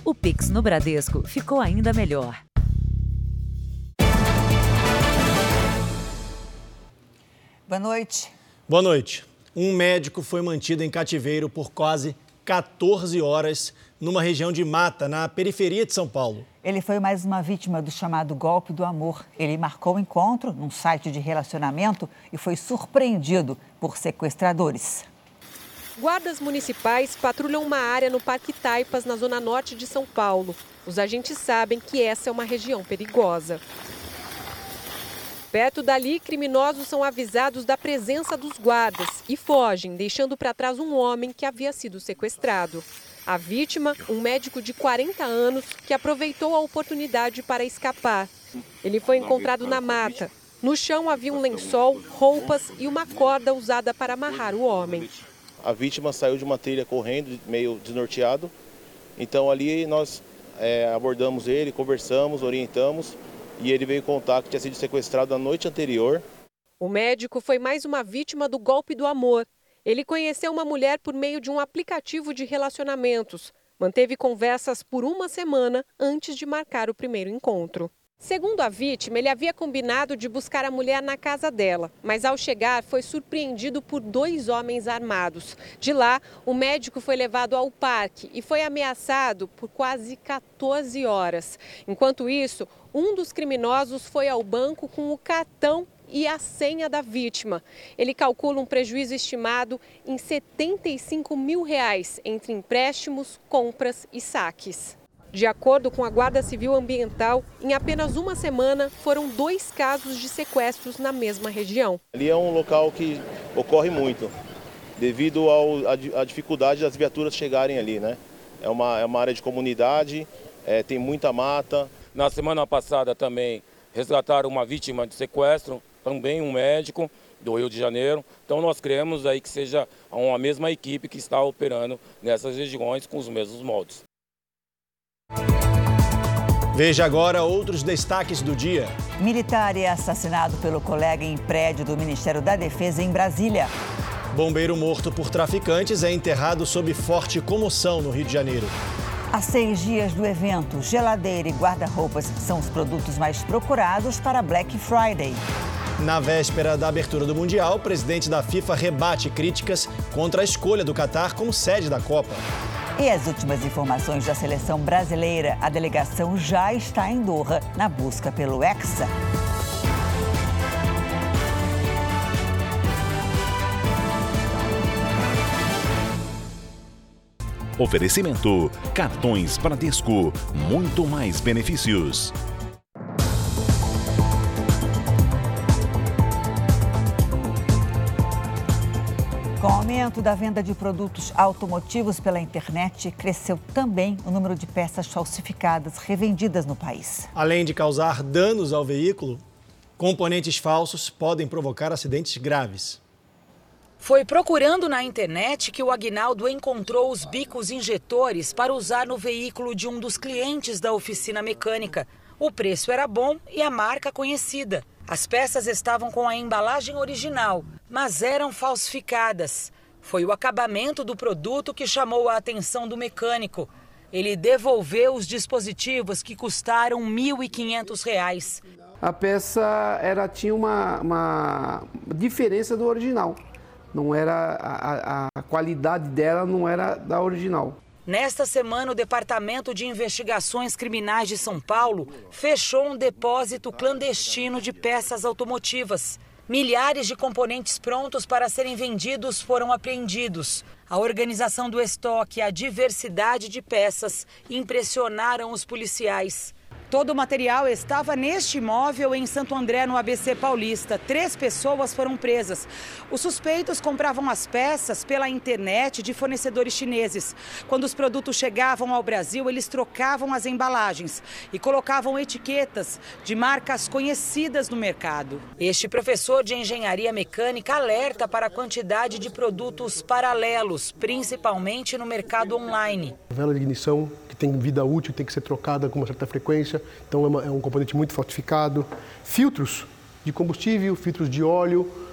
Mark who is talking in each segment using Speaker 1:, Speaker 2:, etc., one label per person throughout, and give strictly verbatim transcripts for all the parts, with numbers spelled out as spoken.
Speaker 1: O Pix no Bradesco ficou ainda melhor.
Speaker 2: Boa noite.
Speaker 3: Boa noite. Um médico foi mantido em cativeiro por quase quatorze horas numa região de mata, na periferia de São Paulo.
Speaker 2: Ele foi mais uma vítima do chamado golpe do amor. Ele marcou o encontro num site de relacionamento e foi surpreendido por sequestradores.
Speaker 4: Guardas municipais patrulham uma área no Parque Taipas, na zona norte de São Paulo. Os agentes sabem que essa é uma região perigosa. Perto dali, criminosos são avisados da presença dos guardas e fogem, deixando para trás um homem que havia sido sequestrado. A vítima, um médico de quarenta anos, que aproveitou a oportunidade para escapar. Ele foi encontrado na mata. No chão havia um lençol, roupas e uma corda usada para amarrar o homem.
Speaker 5: A vítima saiu de uma trilha correndo, meio desnorteado. Então ali nós é, abordamos ele, conversamos, orientamos. E ele veio contar que tinha sido sequestrado na noite anterior.
Speaker 4: O médico foi mais uma vítima do golpe do amor. Ele conheceu uma mulher por meio de um aplicativo de relacionamentos. Manteve conversas por uma semana antes de marcar o primeiro encontro. Segundo a vítima, ele havia combinado de buscar a mulher na casa dela, mas ao chegar foi surpreendido por dois homens armados. De lá, o médico foi levado ao parque e foi ameaçado por quase quatorze horas. Enquanto isso, um dos criminosos foi ao banco com o cartão e a senha da vítima. Ele calcula um prejuízo estimado em setenta e cinco mil reais entre empréstimos, compras e saques. De acordo com a Guarda Civil Ambiental, em apenas uma semana foram dois casos de sequestros na mesma região.
Speaker 5: Ali é um local que ocorre muito, devido à dificuldade das viaturas chegarem ali, né? É uma, é uma área de comunidade, é, tem muita mata.
Speaker 6: Na semana passada também resgataram uma vítima de sequestro, também um médico do Rio de Janeiro. Então nós cremos aí que seja uma mesma equipe que está operando nessas regiões com os mesmos moldes.
Speaker 3: Veja agora outros destaques do dia.
Speaker 2: Militar é assassinado pelo colega em prédio do Ministério da Defesa em Brasília.
Speaker 3: Bombeiro morto por traficantes é enterrado sob forte comoção no Rio de Janeiro.
Speaker 2: Há seis dias do evento, geladeira e guarda-roupas são os produtos mais procurados para Black Friday.
Speaker 3: Na véspera da abertura do Mundial, o presidente da FIFA rebate críticas contra a escolha do Catar como sede da Copa.
Speaker 2: E as últimas informações da seleção brasileira, a delegação já está em Doha na busca pelo Hexa.
Speaker 7: Oferecimento: cartões Bradesco, muito mais benefícios.
Speaker 2: Com o aumento da venda de produtos automotivos pela internet, cresceu também o número de peças falsificadas revendidas no país.
Speaker 3: Além de causar danos ao veículo, componentes falsos podem provocar acidentes graves.
Speaker 8: Foi procurando na internet que o Aguinaldo encontrou os bicos injetores para usar no veículo de um dos clientes da oficina mecânica. O preço era bom e a marca conhecida. As peças estavam com a embalagem original, mas eram falsificadas. Foi o acabamento do produto que chamou a atenção do mecânico. Ele devolveu os dispositivos que custaram mil e quinhentos reais.
Speaker 9: A peça era, tinha uma, uma diferença do original. Não era, a, a qualidade dela não era da original.
Speaker 8: Nesta semana, o Departamento de Investigações Criminais de São Paulo fechou um depósito clandestino de peças automotivas. Milhares de componentes prontos para serem vendidos foram apreendidos. A organização do estoque e a diversidade de peças impressionaram os policiais. Todo o material estava neste imóvel em Santo André, no A B C Paulista. Três pessoas foram presas. Os suspeitos compravam as peças pela internet de fornecedores chineses. Quando os produtos chegavam ao Brasil, eles trocavam as embalagens e colocavam etiquetas de marcas conhecidas no mercado. Este professor de engenharia mecânica alerta para a quantidade de produtos paralelos, principalmente no mercado online.
Speaker 10: A vela de ignição, que tem vida útil, tem que ser trocada com uma certa frequência, então é, uma, é um componente muito falsificado. Filtros de combustível, filtros de óleo,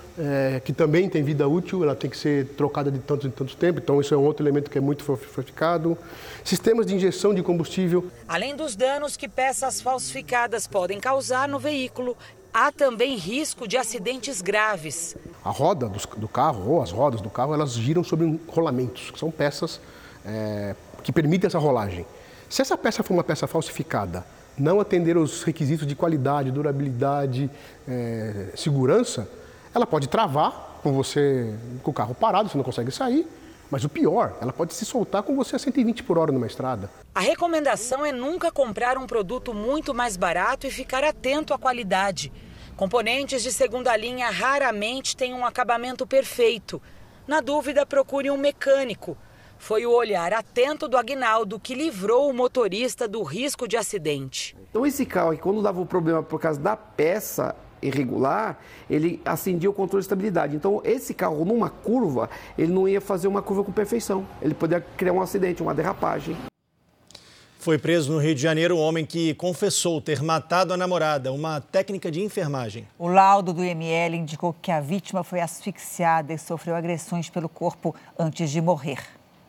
Speaker 10: é, que também tem vida útil, ela tem que ser trocada de tanto em tanto tempo, então isso é um outro elemento que é muito falsificado. Sistemas de injeção de combustível.
Speaker 8: Além dos danos que peças falsificadas podem causar no veículo, há também risco de acidentes graves.
Speaker 10: A roda do carro, ou as rodas do carro, elas giram sobre rolamentos, que são peças é, que permitem essa rolagem. Se essa peça for uma peça falsificada, não atender aos requisitos de qualidade, durabilidade, é, segurança, ela pode travar com você, com o carro parado, você não consegue sair. Mas o pior, ela pode se soltar com você a cento e vinte por hora numa estrada.
Speaker 8: A recomendação é nunca comprar um produto muito mais barato e ficar atento à qualidade. Componentes de segunda linha raramente têm um acabamento perfeito. Na dúvida, procure um mecânico. Foi o olhar atento do Aguinaldo que livrou o motorista do risco de acidente.
Speaker 9: Então esse carro, quando dava o problema por causa da peça irregular, ele acendia o controle de estabilidade. Então esse carro numa curva, ele não ia fazer uma curva com perfeição. Ele poderia criar um acidente, uma derrapagem.
Speaker 3: Foi preso no Rio de Janeiro um homem que confessou ter matado a namorada, uma técnica de enfermagem.
Speaker 2: O laudo do I M L indicou que a vítima foi asfixiada e sofreu agressões pelo corpo antes de morrer.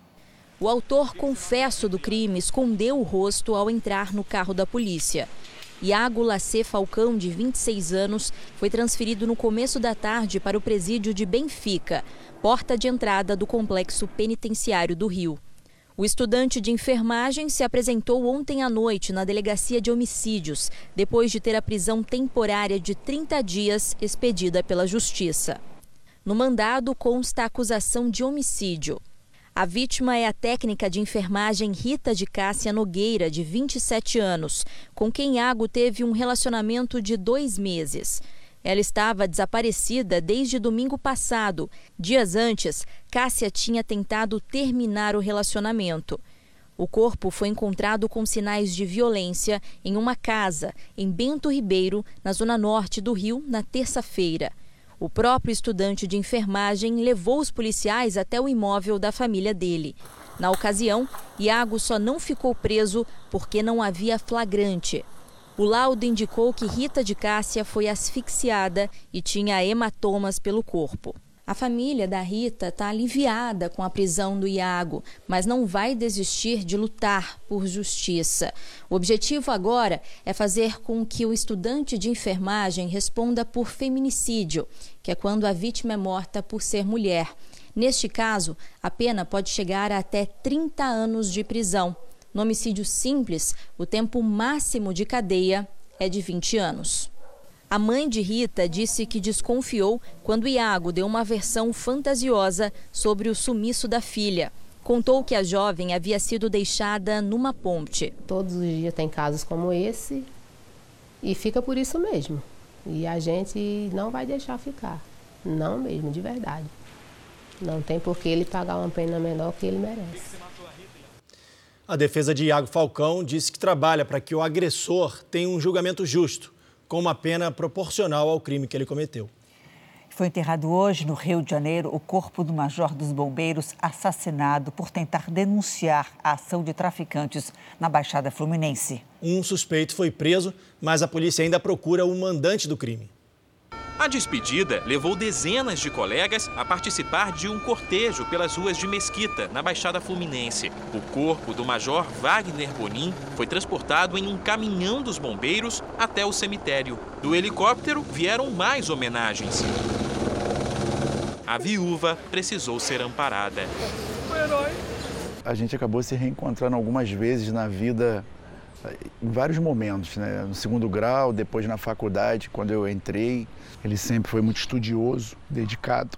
Speaker 11: O autor confesso do crime escondeu o rosto ao entrar no carro da polícia. Iago Lacê Falcão, de vinte e seis anos, foi transferido no começo da tarde para o presídio de Benfica, porta de entrada do complexo penitenciário do Rio. O estudante de enfermagem se apresentou ontem à noite na delegacia de homicídios, depois de ter a prisão temporária de trinta dias expedida pela Justiça. No mandado consta a acusação de homicídio. A vítima é a técnica de enfermagem Rita de Cássia Nogueira, de vinte e sete anos, com quem Iago teve um relacionamento de dois meses. Ela estava desaparecida desde domingo passado. Dias antes, Cássia tinha tentado terminar o relacionamento. O corpo foi encontrado com sinais de violência em uma casa, em Bento Ribeiro, na zona norte do Rio, na terça-feira. O próprio estudante de enfermagem levou os policiais até o imóvel da família dele. Na ocasião, Iago só não ficou preso porque não havia flagrante. O laudo indicou que Rita de Cássia foi asfixiada e tinha hematomas pelo corpo. A família da Rita está aliviada com a prisão do Iago, mas não vai desistir de lutar por justiça. O objetivo agora é fazer com que o estudante de enfermagem responda por feminicídio, que é quando a vítima é morta por ser mulher. Neste caso, a pena pode chegar a até trinta anos de prisão. No homicídio simples, o tempo máximo de cadeia é de vinte anos. A mãe de Rita disse que desconfiou quando Iago deu uma versão fantasiosa sobre o sumiço da filha. Contou que a jovem havia sido deixada numa ponte.
Speaker 12: Todos os dias tem casos como esse e fica por isso mesmo. E a gente não vai deixar ficar. Não mesmo, de verdade. Não tem por que ele pagar uma pena menor que ele merece.
Speaker 3: A defesa de Iago Falcão disse que trabalha para que o agressor tenha um julgamento justo, com uma pena proporcional ao crime que ele cometeu.
Speaker 2: Foi enterrado hoje, no Rio de Janeiro, o corpo do major dos bombeiros assassinado por tentar denunciar a ação de traficantes na Baixada Fluminense.
Speaker 3: Um suspeito foi preso, mas a polícia ainda procura o mandante do crime.
Speaker 13: A despedida levou dezenas de colegas a participar de um cortejo pelas ruas de Mesquita, na Baixada Fluminense. O corpo do major Wagner Bonin foi transportado em um caminhão dos bombeiros até o cemitério. Do helicóptero vieram mais homenagens. A viúva precisou ser amparada.
Speaker 14: A gente acabou se reencontrando algumas vezes na vida, em vários momentos, né? No segundo grau, depois na faculdade, quando eu entrei. Ele sempre foi muito estudioso, dedicado.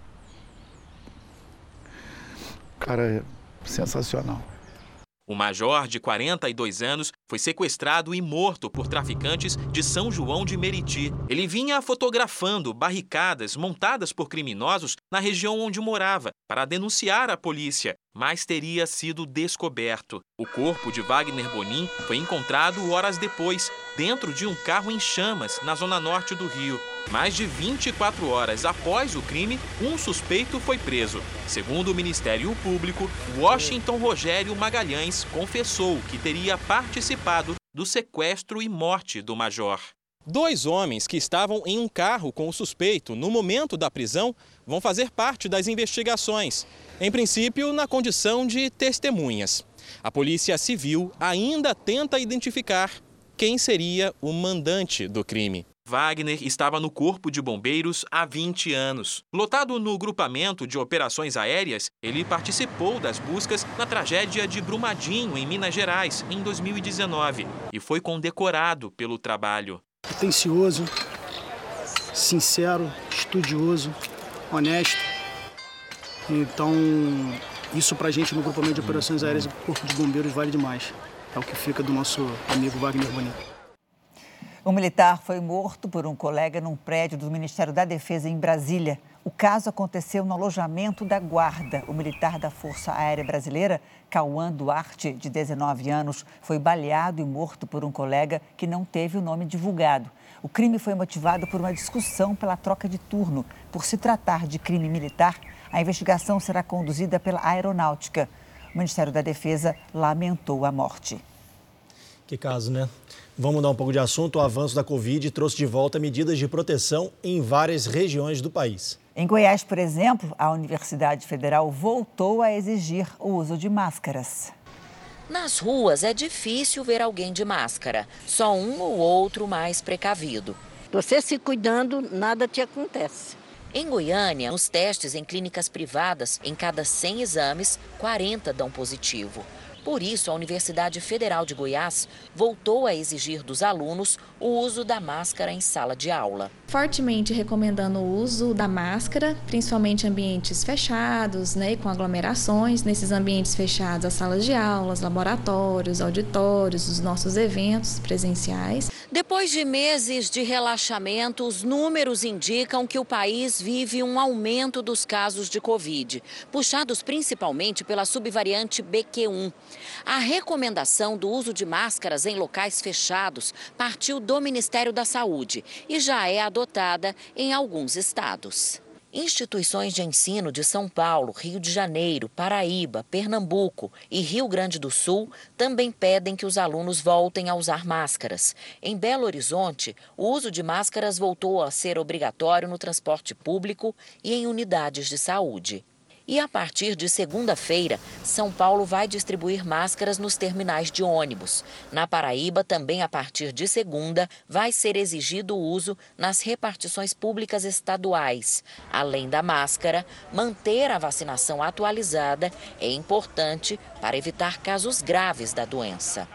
Speaker 14: Cara, sensacional.
Speaker 13: O major, de quarenta e dois anos, foi sequestrado e morto por traficantes de São João de Meriti. Ele vinha fotografando barricadas montadas por criminosos na região onde morava, para denunciar a polícia, mas teria sido descoberto. O corpo de Wagner Bonin foi encontrado horas depois, dentro de um carro em chamas, na zona norte do Rio. Mais de vinte e quatro horas após o crime, um suspeito foi preso. Segundo o Ministério Público, Washington Rogério Magalhães confessou que teria participado do sequestro e morte do major.
Speaker 15: Dois homens que estavam em um carro com o suspeito no momento da prisão vão fazer parte das investigações, em princípio na condição de testemunhas. A Polícia Civil ainda tenta identificar quem seria o mandante do crime.
Speaker 13: Wagner estava no Corpo de Bombeiros há vinte anos. Lotado no grupamento de operações aéreas, ele participou das buscas na tragédia de Brumadinho, em Minas Gerais, em dois mil e dezenove, e foi condecorado pelo trabalho.
Speaker 16: Atencioso, sincero, estudioso, honesto. Então, isso pra gente no grupamento de operações aéreas do Corpo de Bombeiros vale demais. É o que fica do nosso amigo Wagner Bonito.
Speaker 2: Um militar foi morto por um colega num prédio do Ministério da Defesa em Brasília. O caso aconteceu no alojamento da Guarda. O militar da Força Aérea Brasileira, Cauã Duarte, de dezenove anos, foi baleado e morto por um colega que não teve o nome divulgado. O crime foi motivado por uma discussão pela troca de turno. Por se tratar de crime militar, a investigação será conduzida pela Aeronáutica. O Ministério da Defesa lamentou a morte.
Speaker 3: Que caso, né? Vamos mudar um pouco de assunto. O avanço da Covid trouxe de volta medidas de proteção em várias regiões do país.
Speaker 2: Em Goiás, por exemplo, a Universidade Federal voltou a exigir o uso de máscaras.
Speaker 17: Nas ruas é difícil ver alguém de máscara, só um ou outro mais precavido.
Speaker 18: Você se cuidando, nada te acontece.
Speaker 17: Em Goiânia, nos testes em clínicas privadas, em cada cem exames, quarenta dão positivo. Por isso, a Universidade Federal de Goiás voltou a exigir dos alunos o uso da máscara em sala de aula.
Speaker 19: Fortemente recomendando o uso da máscara, principalmente em ambientes fechados, né, com aglomerações. Nesses ambientes fechados, as salas de aulas, laboratórios, auditórios, os nossos eventos presenciais.
Speaker 17: Depois de meses de relaxamento, os números indicam que o país vive um aumento dos casos de Covid, puxados principalmente pela subvariante B Q um. A recomendação do uso de máscaras em locais fechados partiu do Ministério da Saúde e já é adotada em alguns estados. Instituições de ensino de São Paulo, Rio de Janeiro, Paraíba, Pernambuco e Rio Grande do Sul também pedem que os alunos voltem a usar máscaras. Em Belo Horizonte, o uso de máscaras voltou a ser obrigatório no transporte público e em unidades de saúde. E a partir de segunda-feira, São Paulo vai distribuir máscaras nos terminais de ônibus. Na Paraíba, também a partir de segunda, vai ser exigido o uso nas repartições públicas estaduais. Além da máscara, manter a vacinação atualizada é importante para evitar casos graves da doença.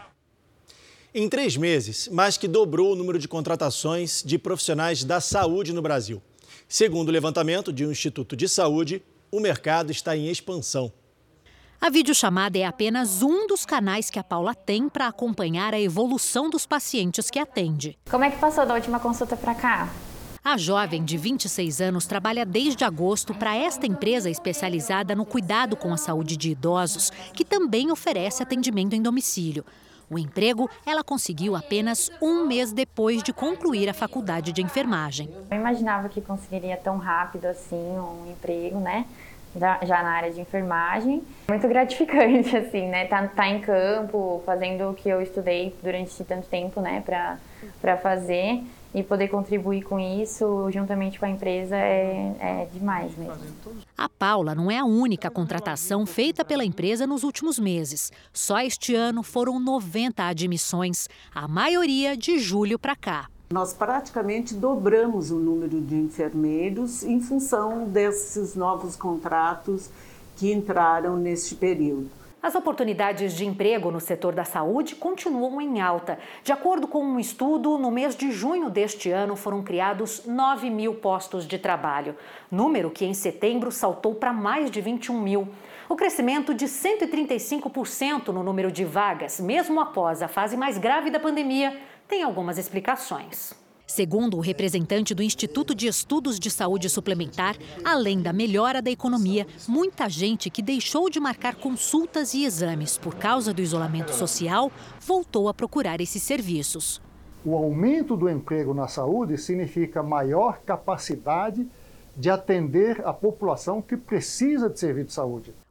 Speaker 3: Em três meses, mais que dobrou o número de contratações de profissionais da saúde no Brasil. Segundo o levantamento de um Instituto de Saúde, o mercado está em expansão.
Speaker 20: A videochamada é apenas um dos canais que a Paula tem para acompanhar a evolução dos pacientes que atende.
Speaker 21: Como é que passou da última consulta para cá?
Speaker 20: A jovem de vinte e seis anos trabalha desde agosto para esta empresa especializada no cuidado com a saúde de idosos, que também oferece atendimento em domicílio. O emprego ela conseguiu apenas um mês depois de concluir a faculdade de enfermagem.
Speaker 21: Eu imaginava que conseguiria tão rápido assim um emprego, né? Já na área de enfermagem. Muito gratificante, assim, né? Tá, tá em campo, fazendo o que eu estudei durante tanto tempo, né? Pra, pra fazer e poder contribuir com isso juntamente com a empresa é, é demais mesmo.
Speaker 20: A Paula não é a única contratação feita pela empresa nos últimos meses. Só este ano foram noventa admissões, a maioria de julho para cá.
Speaker 22: Nós praticamente dobramos o número de enfermeiros em função desses novos contratos que entraram neste período.
Speaker 20: As oportunidades de emprego no setor da saúde continuam em alta. De acordo com um estudo, no mês de junho deste ano foram criados nove mil postos de trabalho, número que em setembro saltou para mais de vinte e um mil. O crescimento de cento e trinta e cinco por cento no número de vagas, mesmo após a fase mais grave da pandemia, tem algumas explicações. Segundo o representante do Instituto de Estudos de Saúde Suplementar, além da melhora da economia, muita gente que deixou de marcar consultas e exames por causa do isolamento social voltou a procurar esses serviços.
Speaker 23: O aumento do emprego na saúde significa maior capacidade de atender a população que precisa de serviço de saúde.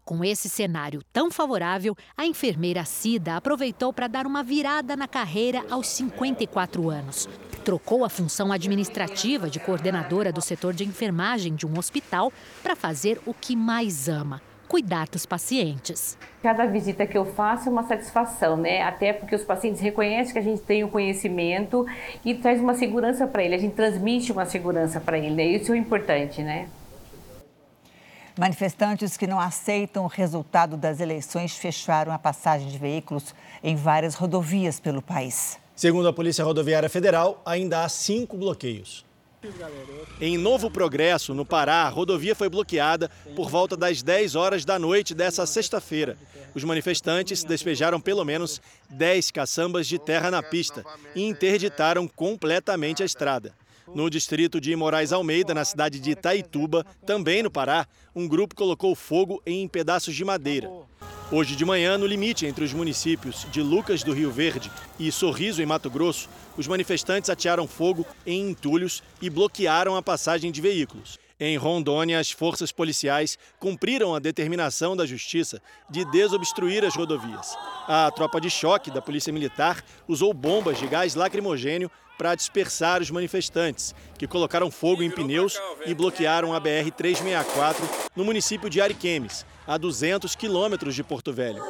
Speaker 1: Com esse cenário tão favorável, a enfermeira Cida aproveitou para dar uma virada na carreira aos cinquenta e quatro anos. Trocou a função administrativa de coordenadora do setor de enfermagem de um hospital para fazer o que mais ama: cuidar dos pacientes.
Speaker 4: Cada visita que eu faço é uma satisfação, né? Até porque os pacientes reconhecem que a gente tem o conhecimento e traz uma segurança para ele, a gente transmite uma segurança para ele, né? Isso é importante, né?
Speaker 2: Manifestantes que não aceitam o resultado das eleições fecharam a passagem de veículos em várias rodovias pelo país.
Speaker 3: Segundo a Polícia Rodoviária Federal, ainda há cinco bloqueios. Em Novo Progresso, no Pará, a rodovia foi bloqueada por volta das dez horas da noite dessa sexta-feira. Os manifestantes despejaram pelo menos dez caçambas de terra na pista e interditaram completamente a estrada. No distrito de Moraes Almeida, na cidade de Itaituba, também no Pará, um grupo colocou fogo em pedaços de madeira. Hoje de manhã, no limite entre os municípios de Lucas do Rio Verde e Sorriso, em Mato Grosso, os manifestantes atearam fogo em entulhos e bloquearam a passagem de veículos. Em Rondônia, as forças policiais cumpriram a determinação da Justiça de desobstruir as rodovias. A tropa de choque da Polícia Militar usou bombas de gás lacrimogênio para dispersar os manifestantes, que colocaram fogo em pneus e bloquearam a B R trezentos e sessenta e quatro no município de Ariquemes, a duzentos quilômetros de Porto Velho.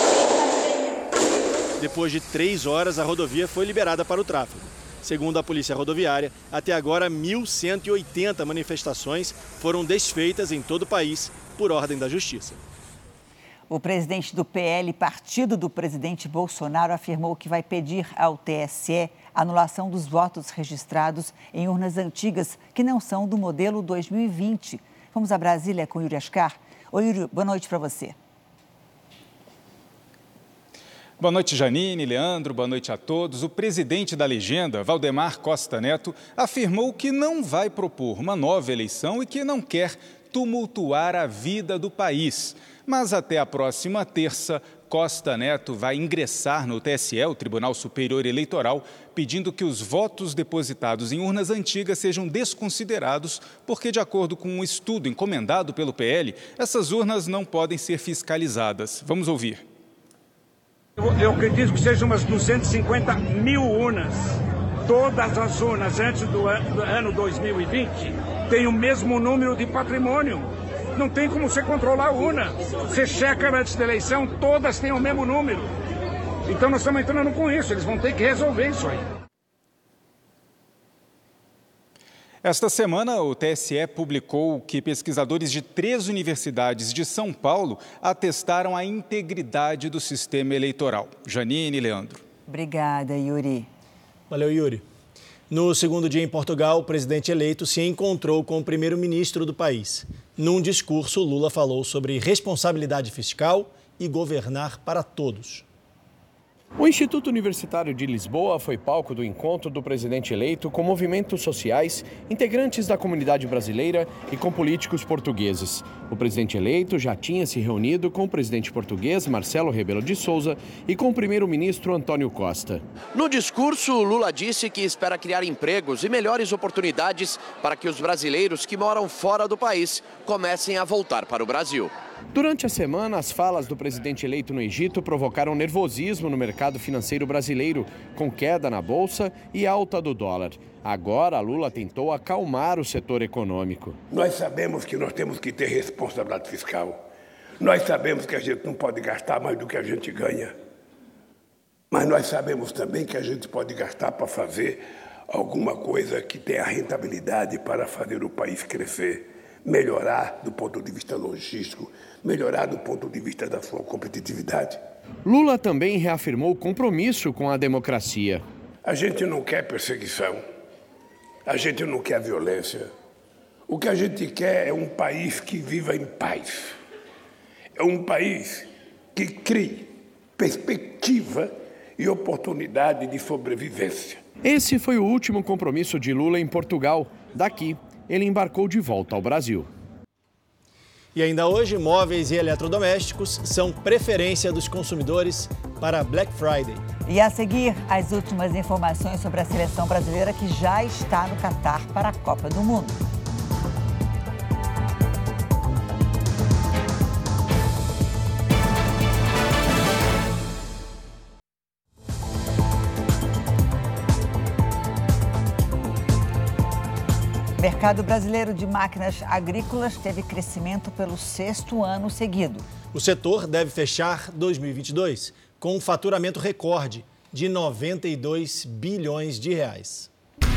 Speaker 3: Depois de três horas, a rodovia foi liberada para o tráfego. Segundo a Polícia Rodoviária, até agora mil cento e oitenta manifestações foram desfeitas em todo o país por ordem da Justiça.
Speaker 2: O presidente do P L, partido do presidente Bolsonaro, afirmou que vai pedir ao T S E a anulação dos votos registrados em urnas antigas que não são do modelo dois mil e vinte. Vamos a Brasília com Yuri Ascar. Oi, Yuri, boa noite para você.
Speaker 5: Boa noite, Janine, Leandro, boa noite a todos. O presidente da legenda, Valdemar Costa Neto, afirmou que não vai propor uma nova eleição e que não quer tumultuar a vida do país. Mas até a próxima terça, Costa Neto vai ingressar no T S E, o Tribunal Superior Eleitoral, pedindo que os votos depositados em urnas antigas sejam desconsiderados, porque, de acordo com um estudo encomendado pelo P L, essas urnas não podem ser fiscalizadas. Vamos ouvir.
Speaker 24: Eu acredito que sejam umas duzentas e cinquenta mil urnas. Todas as urnas antes do ano dois mil e vinte têm o mesmo número de patrimônio. Não tem como você controlar a urna. Você checa antes da eleição, todas têm o mesmo número. Então nós estamos entrando com isso, eles vão ter que resolver isso aí.
Speaker 5: Esta semana, o T S E publicou que pesquisadores de três universidades de São Paulo atestaram a integridade do sistema eleitoral. Janine e Leandro.
Speaker 2: Obrigada, Yuri.
Speaker 3: Valeu, Yuri. No segundo dia em Portugal, o presidente eleito se encontrou com o primeiro-ministro do país. Num discurso, Lula falou sobre responsabilidade fiscal e governar para todos.
Speaker 25: O Instituto Universitário de Lisboa foi palco do encontro do presidente eleito com movimentos sociais, integrantes da comunidade brasileira e com políticos portugueses. O presidente eleito já tinha se reunido com o presidente português Marcelo Rebelo de Sousa e com o primeiro-ministro Antônio Costa.
Speaker 26: No discurso, Lula disse que espera criar empregos e melhores oportunidades para que os brasileiros que moram fora do país comecem a voltar para o Brasil.
Speaker 25: Durante a semana, as falas do presidente eleito no Egito provocaram nervosismo no mercado financeiro brasileiro, com queda na bolsa e alta do dólar. Agora, Lula tentou acalmar o setor econômico.
Speaker 27: Nós sabemos que nós temos que ter responsabilidade fiscal. Nós sabemos que a gente não pode gastar mais do que a gente ganha. Mas nós sabemos também que a gente pode gastar para fazer alguma coisa que tenha rentabilidade para fazer o país crescer. Melhorar do ponto de vista logístico, melhorar do ponto de vista da sua competitividade.
Speaker 25: Lula também reafirmou o compromisso com a democracia.
Speaker 27: A gente não quer perseguição, a gente não quer violência. O que a gente quer é um país que viva em paz. É um país que crie perspectiva e oportunidade de sobrevivência.
Speaker 25: Esse foi o último compromisso de Lula em Portugal. Daqui, ele embarcou de volta ao Brasil.
Speaker 3: E ainda hoje, móveis e eletrodomésticos são preferência dos consumidores para Black Friday.
Speaker 2: E a seguir, as últimas informações sobre a seleção brasileira que já está no Catar para a Copa do Mundo. O mercado brasileiro de máquinas agrícolas teve crescimento pelo sexto ano seguido.
Speaker 3: O setor deve fechar dois mil e vinte e dois com um faturamento recorde de noventa e dois bilhões de reais.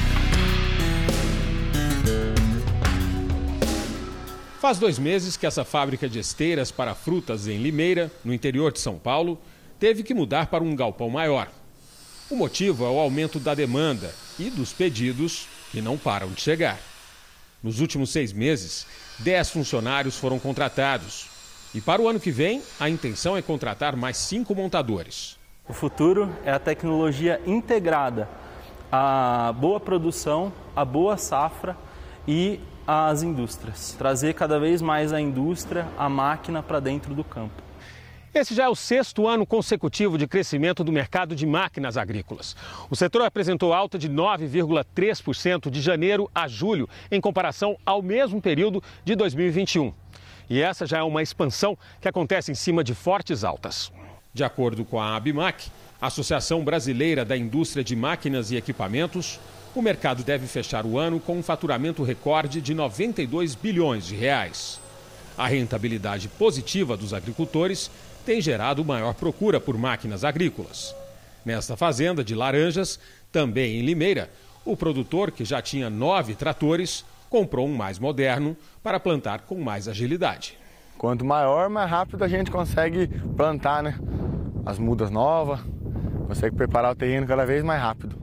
Speaker 25: Faz dois meses que essa fábrica de esteiras para frutas em Limeira, no interior de São Paulo, teve que mudar para um galpão maior. O motivo é o aumento da demanda e dos pedidos que não param de chegar. Nos últimos seis meses, dez funcionários foram contratados. E para o ano que vem, a intenção é contratar mais cinco montadores.
Speaker 6: O futuro é a tecnologia integrada, a boa produção, a boa safra e as indústrias. Trazer cada vez mais a indústria, a máquina para dentro do campo.
Speaker 25: Esse já é o sexto ano consecutivo de crescimento do mercado de máquinas agrícolas. O setor apresentou alta de nove vírgula três por cento de janeiro a julho, em comparação ao mesmo período de dois mil e vinte e um. E essa já é uma expansão que acontece em cima de fortes altas. De acordo com a ABMAC, Associação Brasileira da Indústria de Máquinas e Equipamentos, o mercado deve fechar o ano com um faturamento recorde de noventa e dois bilhões de reais. A rentabilidade positiva dos agricultores tem gerado maior procura por máquinas agrícolas. Nesta fazenda de Laranjas, também em Limeira, o produtor, que já tinha nove tratores, comprou um mais moderno para plantar com mais agilidade.
Speaker 7: Quanto maior, mais rápido a gente consegue plantar, né? As mudas novas, consegue preparar o terreno cada vez mais rápido.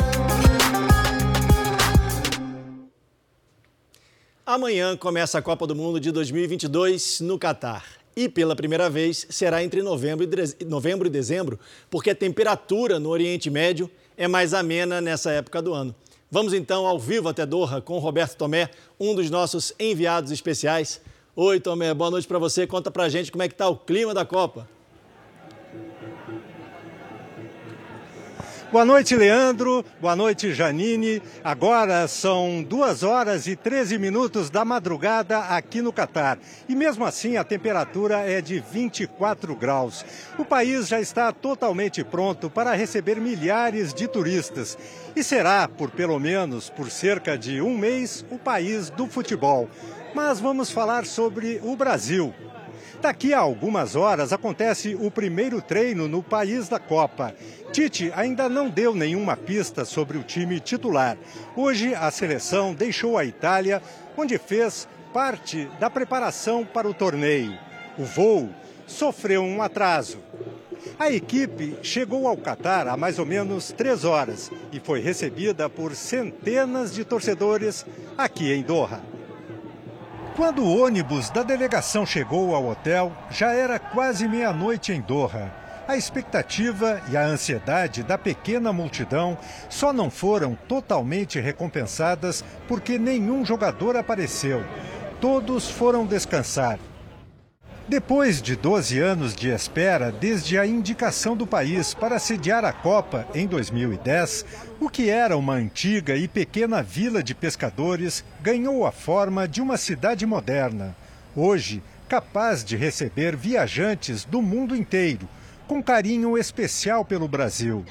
Speaker 3: Amanhã começa a Copa do Mundo de dois mil e vinte e dois no Catar. E pela primeira vez será entre novembro e, novembro e dezembro, porque a temperatura no Oriente Médio é mais amena nessa época do ano. Vamos então ao vivo até Doha com o Roberto Tomé, um dos nossos enviados especiais. Oi, Tomé, boa noite para você. Conta pra gente como é que está o clima da Copa.
Speaker 8: Boa noite, Leandro. Boa noite, Janine. Agora são duas horas e treze minutos da madrugada aqui no Catar. E mesmo assim a temperatura é de vinte e quatro graus. O país já está totalmente pronto para receber milhares de turistas. E será, por pelo menos por cerca de um mês, o país do futebol. Mas vamos falar sobre o Brasil. Daqui a algumas horas acontece o primeiro treino no país da Copa. Tite ainda não deu nenhuma pista sobre o time titular. Hoje a seleção deixou a Itália, onde fez parte da preparação para o torneio. O voo sofreu um atraso. A equipe chegou ao Catar há mais ou menos três horas e foi recebida por centenas de torcedores aqui em Doha. Quando o ônibus da delegação chegou ao hotel, já era quase meia-noite em Doha. A expectativa e a ansiedade da pequena multidão só não foram totalmente recompensadas porque nenhum jogador apareceu. Todos foram descansar. Depois de doze anos de espera desde a indicação do país para sediar a Copa em dois mil e dez, o que era uma antiga e pequena vila de pescadores ganhou a forma de uma cidade moderna. Hoje, capaz de receber viajantes do mundo inteiro, com carinho especial pelo Brasil.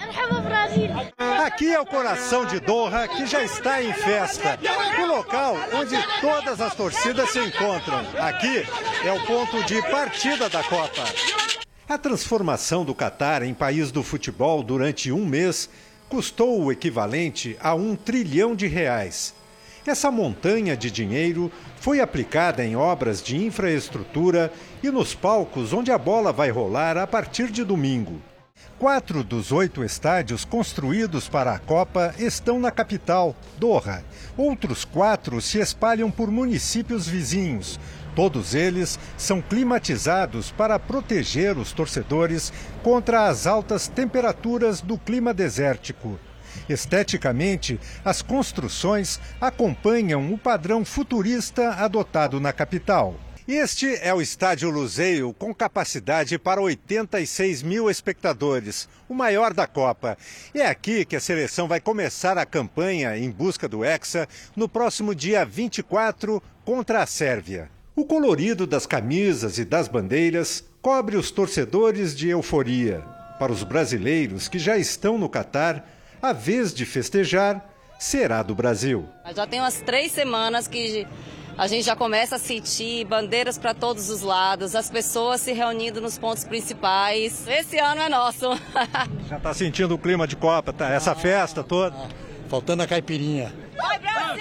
Speaker 8: Aqui é o coração de Doha, que já está em festa. O local onde todas as torcidas se encontram. Aqui é o ponto de partida da Copa. A transformação do Catar em país do futebol durante um mês custou o equivalente a um trilhão de reais. Essa montanha de dinheiro foi aplicada em obras de infraestrutura e nos palcos onde a bola vai rolar a partir de domingo. Quatro dos oito estádios construídos para a Copa estão na capital, Doha. Outros quatro se espalham por municípios vizinhos. Todos eles são climatizados para proteger os torcedores contra as altas temperaturas do clima desértico. Esteticamente, as construções acompanham o padrão futurista adotado na capital. Este é o Estádio Lusail, com capacidade para oitenta e seis mil espectadores, o maior da Copa. É aqui que a seleção vai começar a campanha em busca do Hexa no próximo dia vinte e quatro contra a Sérvia. O colorido das camisas e das bandeiras cobre os torcedores de euforia. Para os brasileiros que já estão no Catar, a vez de festejar será do Brasil.
Speaker 9: Já tem umas três semanas que a gente já começa a sentir bandeiras para todos os lados, as pessoas se reunindo nos pontos principais. Esse ano é nosso.
Speaker 8: Já está sentindo o clima de Copa, tá? Essa ah, festa toda?
Speaker 10: Ah, faltando a caipirinha.
Speaker 9: Vai, Brasil!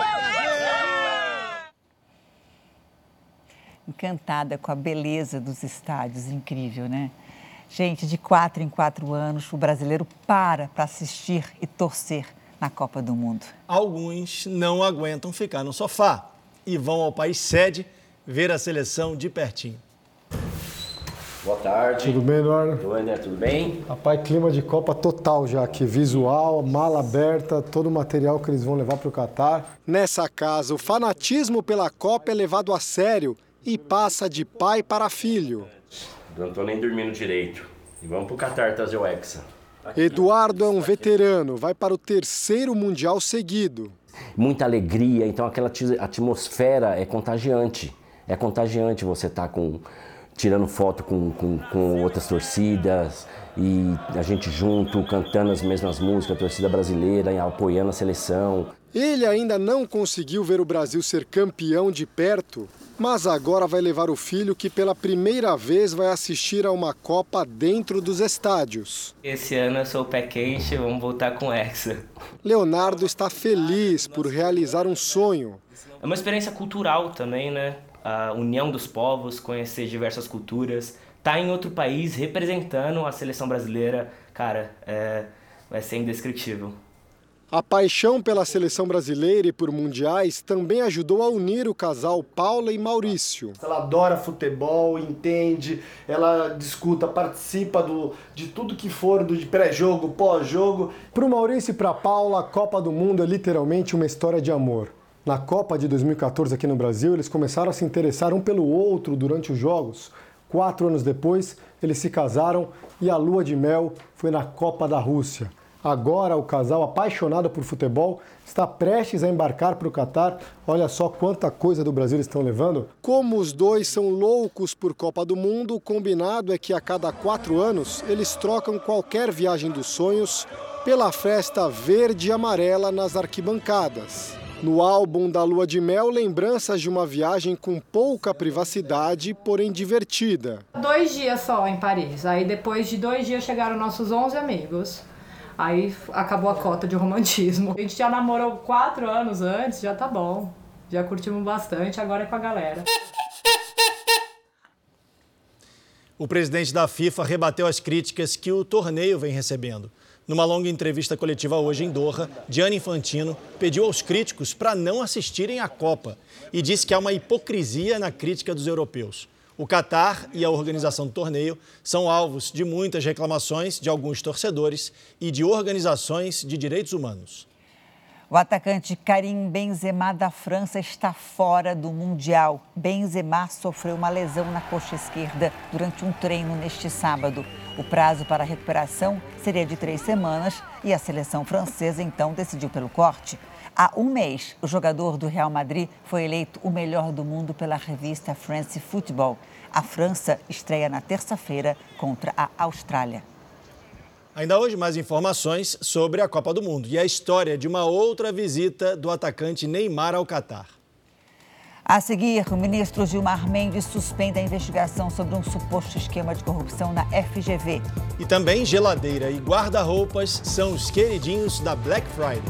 Speaker 2: Encantada com a beleza dos estádios, incrível, né? Gente, de quatro em quatro anos, o brasileiro para para assistir e torcer na Copa do Mundo.
Speaker 3: Alguns não aguentam ficar no sofá e vão ao país sede ver a seleção de pertinho.
Speaker 11: Boa tarde.
Speaker 23: Tudo bem, Eduardo?
Speaker 11: Oi, André, tudo bem?
Speaker 23: Rapaz, clima de Copa total já aqui. Visual, mala aberta, todo o material que eles vão levar para o Catar.
Speaker 12: Nessa casa, o fanatismo pela Copa é levado a sério e passa de pai para filho.
Speaker 11: Não tô nem dormindo direito. E vamos pro Catar trazer o Hexa.
Speaker 12: Eduardo é um veterano, vai para o terceiro Mundial seguido.
Speaker 11: Muita alegria, então aquela atmosfera é contagiante. É contagiante você estar tá com, tirando foto com, com, com outras torcidas e a gente junto, cantando as mesmas músicas, a torcida brasileira, apoiando a seleção.
Speaker 12: Ele ainda não conseguiu ver o Brasil ser campeão de perto, mas agora vai levar o filho que pela primeira vez vai assistir a uma Copa dentro dos estádios.
Speaker 13: Esse ano eu sou o pé quente, vamos voltar com o Hexa.
Speaker 12: Leonardo está feliz por realizar um sonho.
Speaker 13: É uma experiência cultural também, né? A união dos povos, conhecer diversas culturas, estar em outro país representando a seleção brasileira, cara, é... vai ser indescritível.
Speaker 12: A paixão pela seleção brasileira e por mundiais também ajudou a unir o casal Paula e Maurício.
Speaker 14: Ela adora futebol, entende, ela discuta, participa do, de tudo que for, do de pré-jogo, pós-jogo.
Speaker 23: Para o Maurício e para a Paula, a Copa do Mundo é literalmente uma história de amor. Na Copa de dois mil e quatorze aqui no Brasil, eles começaram a se interessar um pelo outro durante os jogos. Quatro anos depois, eles se casaram e a lua de mel foi na Copa da Rússia. Agora, o casal apaixonado por futebol está prestes a embarcar para o Catar. Olha só quanta coisa do Brasil eles estão levando.
Speaker 12: Como os dois são loucos por Copa do Mundo, o combinado é que a cada quatro anos eles trocam qualquer viagem dos sonhos pela festa verde e amarela nas arquibancadas. No álbum da lua de mel, lembranças de uma viagem com pouca privacidade, porém divertida.
Speaker 15: Dois dias só em Paris. Aí depois de dois dias chegaram nossos onze amigos. Aí acabou a cota de romantismo. A gente já namorou quatro anos antes, já tá bom. Já curtimos bastante, agora é com a galera.
Speaker 3: O presidente da FIFA rebateu as críticas que o torneio vem recebendo. Numa longa entrevista coletiva hoje em Doha, Gianni Infantino pediu aos críticos para não assistirem à Copa e disse que há uma hipocrisia na crítica dos europeus. O Catar e a organização do torneio são alvos de muitas reclamações de alguns torcedores e de organizações de direitos humanos.
Speaker 2: O atacante Karim Benzema da França está fora do Mundial. Benzema sofreu uma lesão na coxa esquerda durante um treino neste sábado. O prazo para a recuperação seria de três semanas e a seleção francesa então decidiu pelo corte. Há um mês, o jogador do Real Madrid foi eleito o melhor do mundo pela revista France Football. A França estreia na terça-feira contra a Austrália.
Speaker 3: Ainda hoje, mais informações sobre a Copa do Mundo e a história de uma outra visita do atacante Neymar ao Catar.
Speaker 2: A seguir, o ministro Gilmar Mendes suspende a investigação sobre um suposto esquema de corrupção na F G V.
Speaker 3: E também geladeira e guarda-roupas são os queridinhos da Black Friday.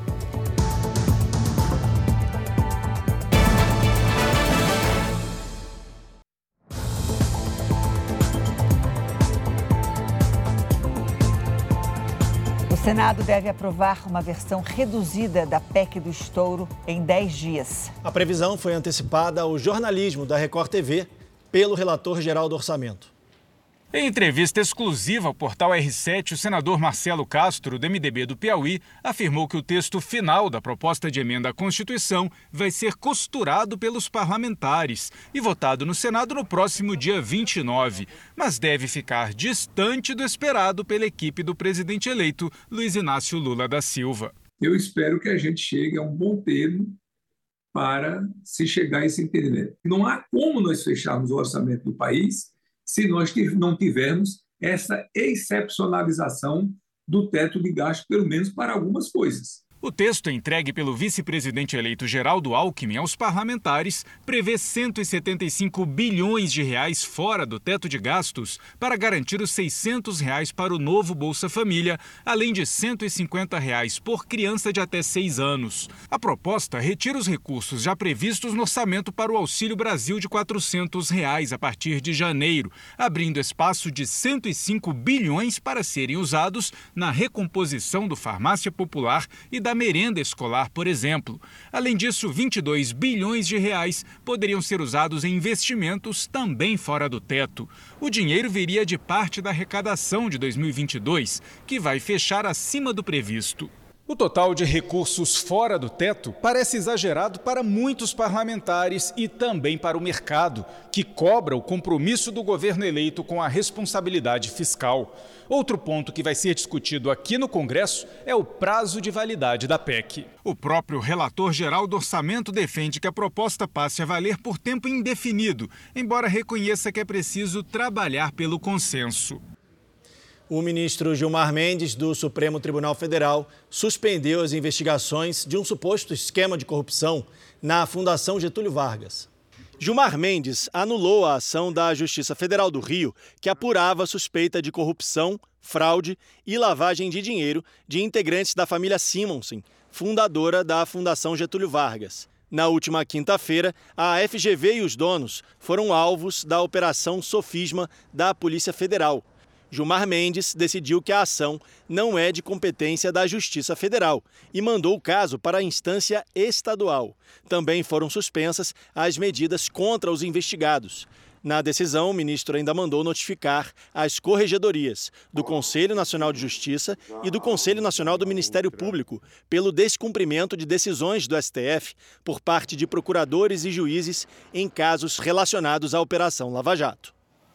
Speaker 2: O Senado deve aprovar uma versão reduzida da P E C do estouro em dez dias.
Speaker 3: A previsão foi antecipada ao jornalismo da Record T V pelo relator-geral do orçamento.
Speaker 5: Em entrevista exclusiva ao portal R sete, o senador Marcelo Castro, do M D B do Piauí, afirmou que o texto final da proposta de emenda à Constituição vai ser costurado pelos parlamentares e votado no Senado no próximo dia vinte e nove, mas deve ficar distante do esperado pela equipe do presidente eleito, Luiz Inácio Lula da Silva.
Speaker 28: Eu espero que a gente chegue a um bom termo para se chegar a esse entendimento. Não há como nós fecharmos o orçamento do país se nós não tivermos essa excepcionalização do teto de gasto, pelo menos para algumas coisas.
Speaker 5: O texto entregue pelo vice-presidente eleito Geraldo Alckmin aos parlamentares prevê cento e setenta e cinco bilhões de reais fora do teto de gastos para garantir os seiscentos reais para o novo Bolsa Família, além de cento e cinquenta reais por criança de até seis anos. A proposta retira os recursos já previstos no orçamento para o Auxílio Brasil de quatrocentos reais a partir de janeiro, abrindo espaço de cento e cinco bilhões para serem usados na recomposição do Farmácia Popular e da merenda escolar, por exemplo. Além disso, vinte e dois bilhões de reais poderiam ser usados em investimentos também fora do teto. O dinheiro viria de parte da arrecadação de dois mil e vinte e dois, que vai fechar acima do previsto. O total de recursos fora do teto parece exagerado para muitos parlamentares e também para o mercado, que cobra o compromisso do governo eleito com a responsabilidade fiscal. Outro ponto que vai ser discutido aqui no Congresso é o prazo de validade da P E C. O próprio relator-geral do orçamento defende que a proposta passe a valer por tempo indefinido, embora reconheça que é preciso trabalhar pelo consenso.
Speaker 3: O ministro Gilmar Mendes, do Supremo Tribunal Federal, suspendeu as investigações de um suposto esquema de corrupção na Fundação Getúlio Vargas. Gilmar Mendes anulou a ação da Justiça Federal do Rio, que apurava a suspeita de corrupção, fraude e lavagem de dinheiro de integrantes da família Simonsen, fundadora da Fundação Getúlio Vargas. Na última quinta-feira, a F G V e os donos foram alvos da Operação Sofisma da Polícia Federal. Gilmar Mendes decidiu que a ação não é de competência da Justiça Federal e mandou o caso para a instância estadual. Também foram suspensas as medidas contra os investigados. Na decisão, o ministro ainda mandou notificar as corregedorias do Conselho Nacional de Justiça e do Conselho Nacional do Ministério Público pelo descumprimento de decisões do S T F por parte de procuradores e juízes em casos relacionados à Operação Lava Jato.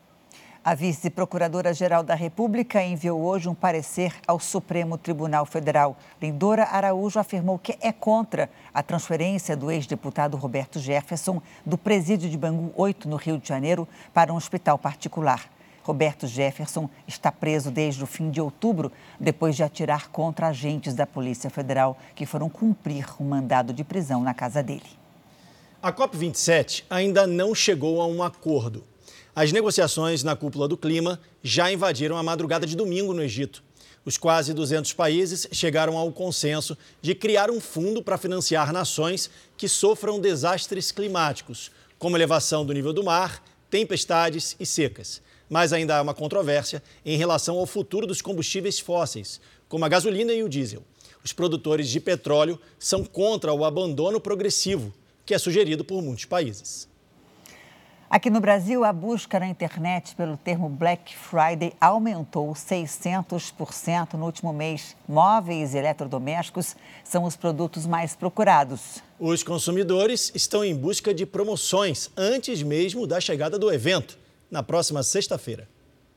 Speaker 2: A vice-procuradora-geral da República enviou hoje um parecer ao Supremo Tribunal Federal. Lindora Araújo afirmou que é contra a transferência do ex-deputado Roberto Jefferson do presídio de Bangu oito, no Rio de Janeiro, para um hospital particular. Roberto Jefferson está preso desde o fim de outubro, depois de atirar contra agentes da Polícia Federal que foram cumprir um mandado de prisão na casa dele.
Speaker 3: A COP vinte e sete ainda não chegou a um acordo. As negociações na cúpula do clima já invadiram a madrugada de domingo no Egito. Os quase duzentos países chegaram ao consenso de criar um fundo para financiar nações que sofram desastres climáticos, como elevação do nível do mar, tempestades e secas. Mas ainda há uma controvérsia em relação ao futuro dos combustíveis fósseis, como a gasolina e o diesel. Os produtores de petróleo são contra o abandono progressivo, que é sugerido por muitos países.
Speaker 2: Aqui no Brasil, a busca na internet pelo termo Black Friday aumentou seiscentos por cento no último mês. Móveis e eletrodomésticos são os produtos mais procurados.
Speaker 3: Os consumidores estão em busca de promoções antes mesmo da chegada do evento, na próxima sexta-feira.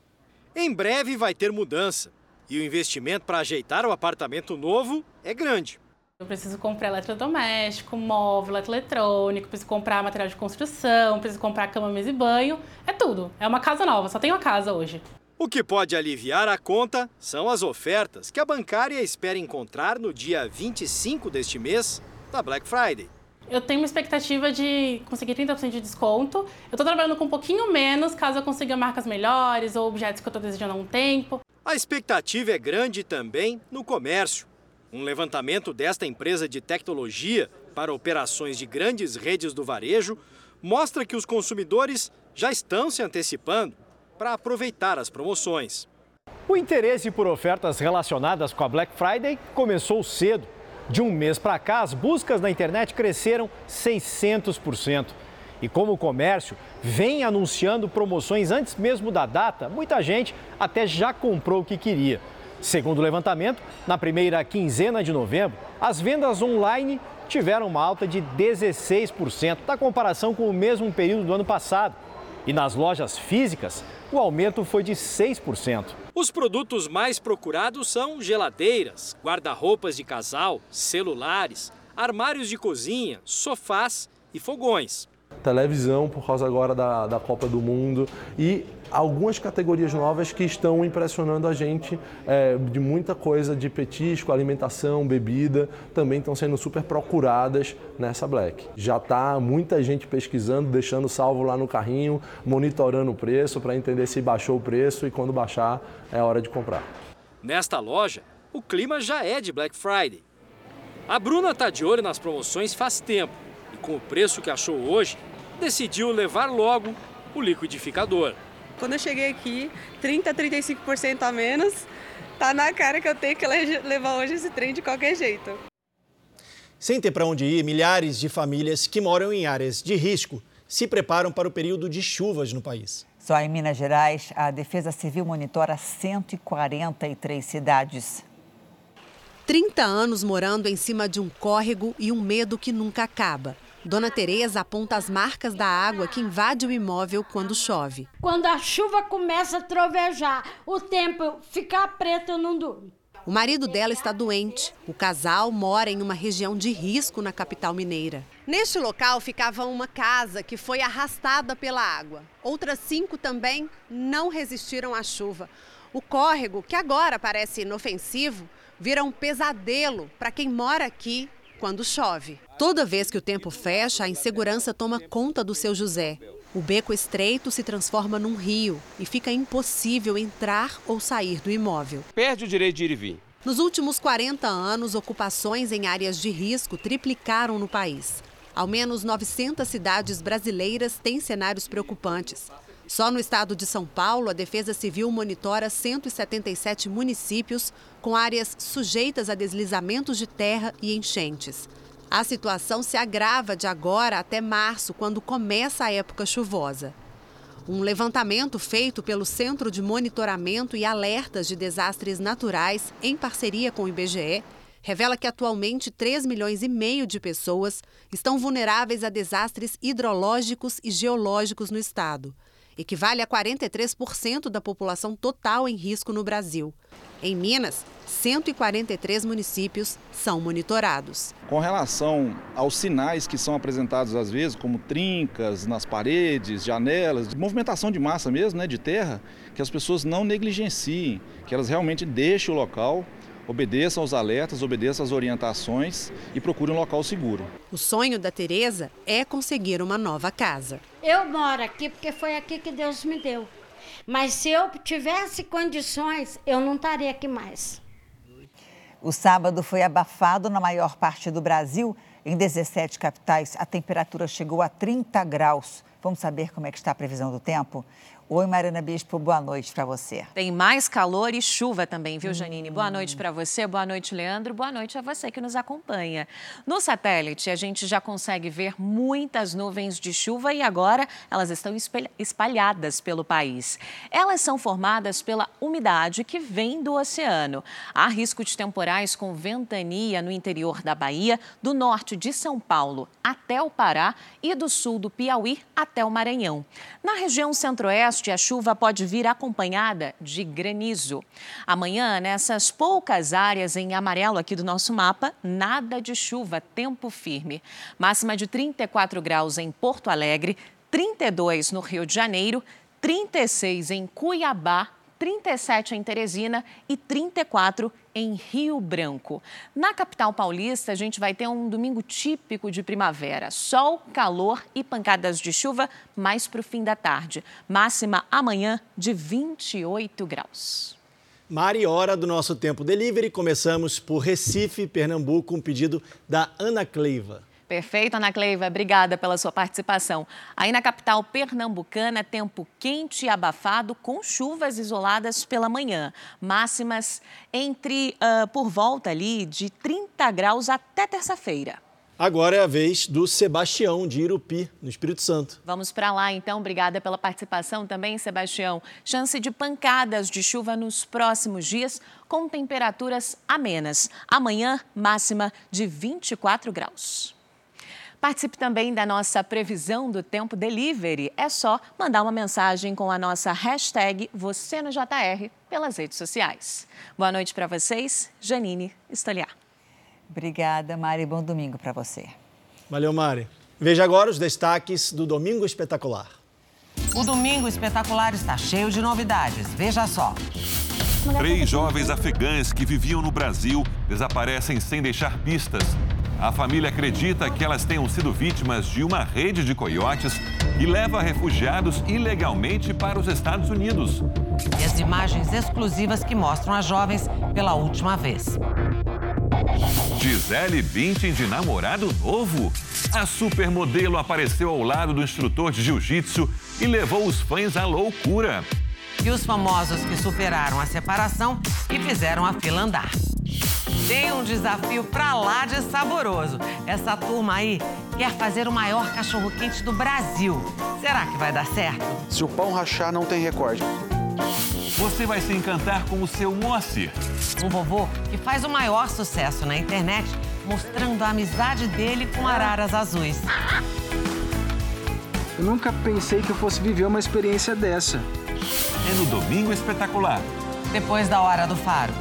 Speaker 1: Em breve vai ter mudança e o investimento para ajeitar o apartamento novo é grande.
Speaker 16: Eu preciso comprar eletrodoméstico, móvel, eletroeletrônico, preciso comprar material de construção, preciso comprar cama, mesa e banho. É tudo. É uma casa nova, só tenho a casa hoje.
Speaker 1: O que pode aliviar a conta são as ofertas que a bancária espera encontrar no dia vinte e cinco deste mês, da Black Friday.
Speaker 16: Eu tenho uma expectativa de conseguir trinta por cento de desconto. Eu estou trabalhando com um pouquinho menos, caso eu consiga marcas melhores ou objetos que eu estou desejando há um tempo.
Speaker 1: A expectativa é grande também no comércio. Um levantamento desta empresa de tecnologia para operações de grandes redes do varejo mostra que os consumidores já estão se antecipando para aproveitar as promoções.
Speaker 17: O interesse por ofertas relacionadas com a Black Friday começou cedo. De um mês para cá, as buscas na internet cresceram seiscentos por cento. E como o comércio vem anunciando promoções antes mesmo da data, muita gente até já comprou o que queria. Segundo o levantamento, na primeira quinzena de novembro, as vendas online tiveram uma alta de dezesseis por cento na comparação com o mesmo período do ano passado. E nas lojas físicas, o aumento foi de seis por cento.
Speaker 1: Os produtos mais procurados são geladeiras, guarda-roupas de casal, celulares, armários de cozinha, sofás e fogões.
Speaker 6: Televisão, por causa agora da, da Copa do Mundo, e algumas categorias novas que estão impressionando a gente, é, de muita coisa de petisco, alimentação, bebida, também estão sendo super procuradas nessa Black. Já está muita gente pesquisando, deixando salvo lá no carrinho, monitorando o preço para entender se baixou o preço e quando baixar é hora de comprar.
Speaker 1: Nesta loja, o clima já é de Black Friday. A Bruna está de olho nas promoções faz tempo e com o preço que achou hoje, decidiu levar logo o liquidificador.
Speaker 4: Quando eu cheguei aqui, trinta, trinta e cinco por cento a menos, tá na cara que eu tenho que levar hoje esse trem de qualquer jeito.
Speaker 3: Sem ter para onde ir, milhares de famílias que moram em áreas de risco se preparam para o período de chuvas no país.
Speaker 2: Só em Minas Gerais, a Defesa Civil monitora cento e quarenta e três cidades.
Speaker 18: trinta anos morando em cima de um córrego e um medo que nunca acaba. Dona Tereza aponta as marcas da água que invade o imóvel quando chove.
Speaker 19: Quando a chuva começa a trovejar, o tempo ficar preto, eu não durmo.
Speaker 18: O marido dela está doente. O casal mora em uma região de risco na capital mineira. Neste local ficava uma casa que foi arrastada pela água. Outras cinco também não resistiram à chuva. O córrego, que agora parece inofensivo, vira um pesadelo para quem mora aqui quando chove. Toda vez que o tempo fecha, a insegurança toma conta do seu José. O beco estreito se transforma num rio e fica impossível entrar ou sair do imóvel.
Speaker 20: Perde o direito de ir e vir.
Speaker 18: Nos últimos quarenta anos, ocupações em áreas de risco triplicaram no país. Ao menos novecentas cidades brasileiras têm cenários preocupantes. Só no estado de São Paulo, a Defesa Civil monitora cento e setenta e sete municípios com áreas sujeitas a deslizamentos de terra e enchentes. A situação se agrava de agora até março, quando começa a época chuvosa. Um levantamento feito pelo Centro de Monitoramento e Alertas de Desastres Naturais, em parceria com o I B G E, revela que atualmente três milhões e meio de pessoas estão vulneráveis a desastres hidrológicos e geológicos no estado. Equivale a quarenta e três por cento da população total em risco no Brasil. Em Minas, cento e quarenta e três municípios são monitorados.
Speaker 21: Com relação aos sinais que são apresentados às vezes, como trincas nas paredes, janelas, movimentação de massa mesmo, né, de terra, que as pessoas não negligenciem, que elas realmente deixem o local, obedeçam aos alertas, obedeçam às orientações e procurem um local seguro.
Speaker 18: O sonho da Tereza é conseguir uma nova casa.
Speaker 19: Eu moro aqui porque foi aqui que Deus me deu. Mas se eu tivesse condições, eu não estaria aqui mais.
Speaker 2: O sábado foi abafado na maior parte do Brasil. Em dezessete capitais, a temperatura chegou a trinta graus. Vamos saber como é que está a previsão do tempo? Oi, Mariana Bispo, boa noite para você.
Speaker 22: Tem mais calor e chuva também, viu, Janine? Boa noite para você, boa noite, Leandro, boa noite a você que nos acompanha. No satélite, a gente já consegue ver muitas nuvens de chuva e agora elas estão espalhadas pelo país. Elas são formadas pela umidade que vem do oceano. Há risco de temporais com ventania no interior da Bahia, do norte de São Paulo até o Pará e do sul do Piauí até o Maranhão. Na região centro-oeste, a chuva pode vir acompanhada de granizo. Amanhã, nessas poucas áreas em amarelo aqui do nosso mapa, nada de chuva, tempo firme. Máxima de trinta e quatro graus em Porto Alegre, trinta e dois no Rio de Janeiro, trinta e seis em Cuiabá, trinta e sete em Teresina e trinta e quatro em Rio Branco. Na capital paulista, a gente vai ter um domingo típico de primavera. Sol, calor e pancadas de chuva mais para o fim da tarde. Máxima amanhã de vinte e oito graus.
Speaker 3: Mari, hora do nosso Tempo Delivery. Começamos por Recife, Pernambuco, um pedido da Ana Cleiva.
Speaker 22: Perfeito, Ana Cleiva. Obrigada pela sua participação. Aí na capital pernambucana, tempo quente e abafado com chuvas isoladas pela manhã. Máximas entre, uh, por volta ali, de trinta graus até terça-feira.
Speaker 3: Agora é a vez do Sebastião, de Irupi, no Espírito Santo.
Speaker 22: Vamos para lá, então. Obrigada pela participação também, Sebastião. Chance de pancadas de chuva nos próximos dias, com temperaturas amenas. Amanhã, máxima de vinte e quatro graus. Participe também da nossa previsão do Tempo Delivery. É só mandar uma mensagem com a nossa hashtag Você no J R pelas redes sociais. Boa noite para vocês, Janine Stoliar.
Speaker 2: Obrigada, Mari. Bom domingo para você.
Speaker 3: Valeu, Mari. Veja agora os destaques do Domingo Espetacular.
Speaker 7: O Domingo Espetacular está cheio de novidades. Veja só.
Speaker 8: Três jovens afegãs que viviam no Brasil desaparecem sem deixar pistas. A família acredita que elas tenham sido vítimas de uma rede de coiotes que leva refugiados ilegalmente para os Estados Unidos.
Speaker 7: E as imagens exclusivas que mostram as jovens pela última vez.
Speaker 8: Gisele Bündchen de namorado novo? A supermodelo apareceu ao lado do instrutor de jiu-jitsu e levou os fãs à loucura.
Speaker 7: E os famosos que superaram a separação e fizeram a fila andar. Tem um desafio pra lá de saboroso. Essa turma aí quer fazer o maior cachorro-quente do Brasil. Será que vai dar certo?
Speaker 10: Se o pão rachar, não tem recorde.
Speaker 8: Você vai se encantar com o seu Moacir.
Speaker 7: Um vovô que faz o maior sucesso na internet, mostrando a amizade dele com araras azuis.
Speaker 20: Eu nunca pensei que eu fosse viver uma experiência dessa.
Speaker 8: É no Domingo Espetacular.
Speaker 7: Depois da Hora do Faro.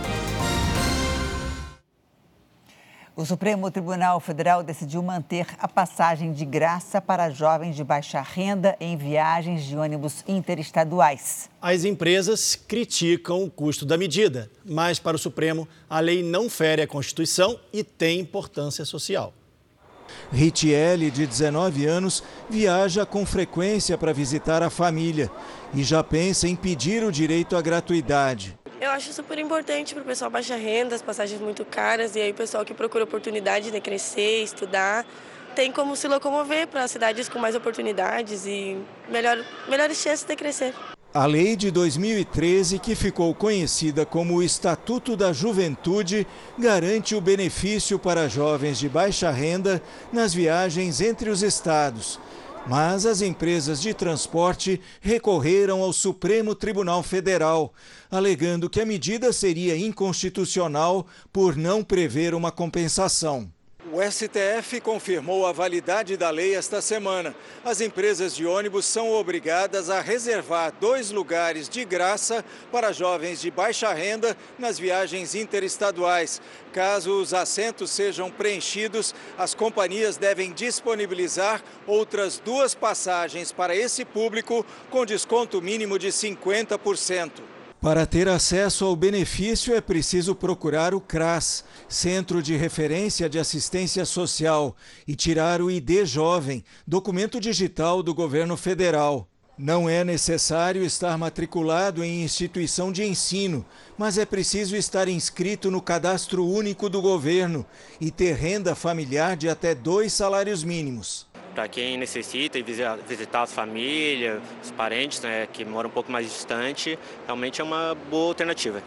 Speaker 2: O Supremo Tribunal Federal decidiu manter a passagem de graça para jovens de baixa renda em viagens de ônibus interestaduais.
Speaker 3: As empresas criticam o custo da medida, mas para o Supremo, a lei não fere a Constituição e tem importância social.
Speaker 24: Ritiele, de dezenove anos, viaja com frequência para visitar a família e já pensa em pedir o direito à gratuidade.
Speaker 25: Eu acho super importante para o pessoal baixa renda, as passagens muito caras, e aí o pessoal que procura oportunidade de crescer, estudar, tem como se locomover para cidades com mais oportunidades e melhor, melhores chances de crescer.
Speaker 24: A lei de dois mil e treze, que ficou conhecida como o Estatuto da Juventude, garante o benefício para jovens de baixa renda nas viagens entre os estados. Mas as empresas de transporte recorreram ao Supremo Tribunal Federal, alegando que a medida seria inconstitucional por não prever uma compensação. O S T F confirmou a validade da lei esta semana. As empresas de ônibus são obrigadas a reservar dois lugares de graça para jovens de baixa renda nas viagens interestaduais. Caso os assentos sejam preenchidos, as companhias devem disponibilizar outras duas passagens para esse público com desconto mínimo de cinquenta por cento. Para ter acesso ao benefício é preciso procurar o CRAS, Centro de Referência de Assistência Social, e tirar o I D Jovem, documento digital do governo federal. Não é necessário estar matriculado em instituição de ensino, mas é preciso estar inscrito no Cadastro Único do governo e ter renda familiar de até dois salários mínimos.
Speaker 26: Para quem necessita e visitar as famílias, os parentes, né, que moram um pouco mais distante, realmente é uma boa alternativa.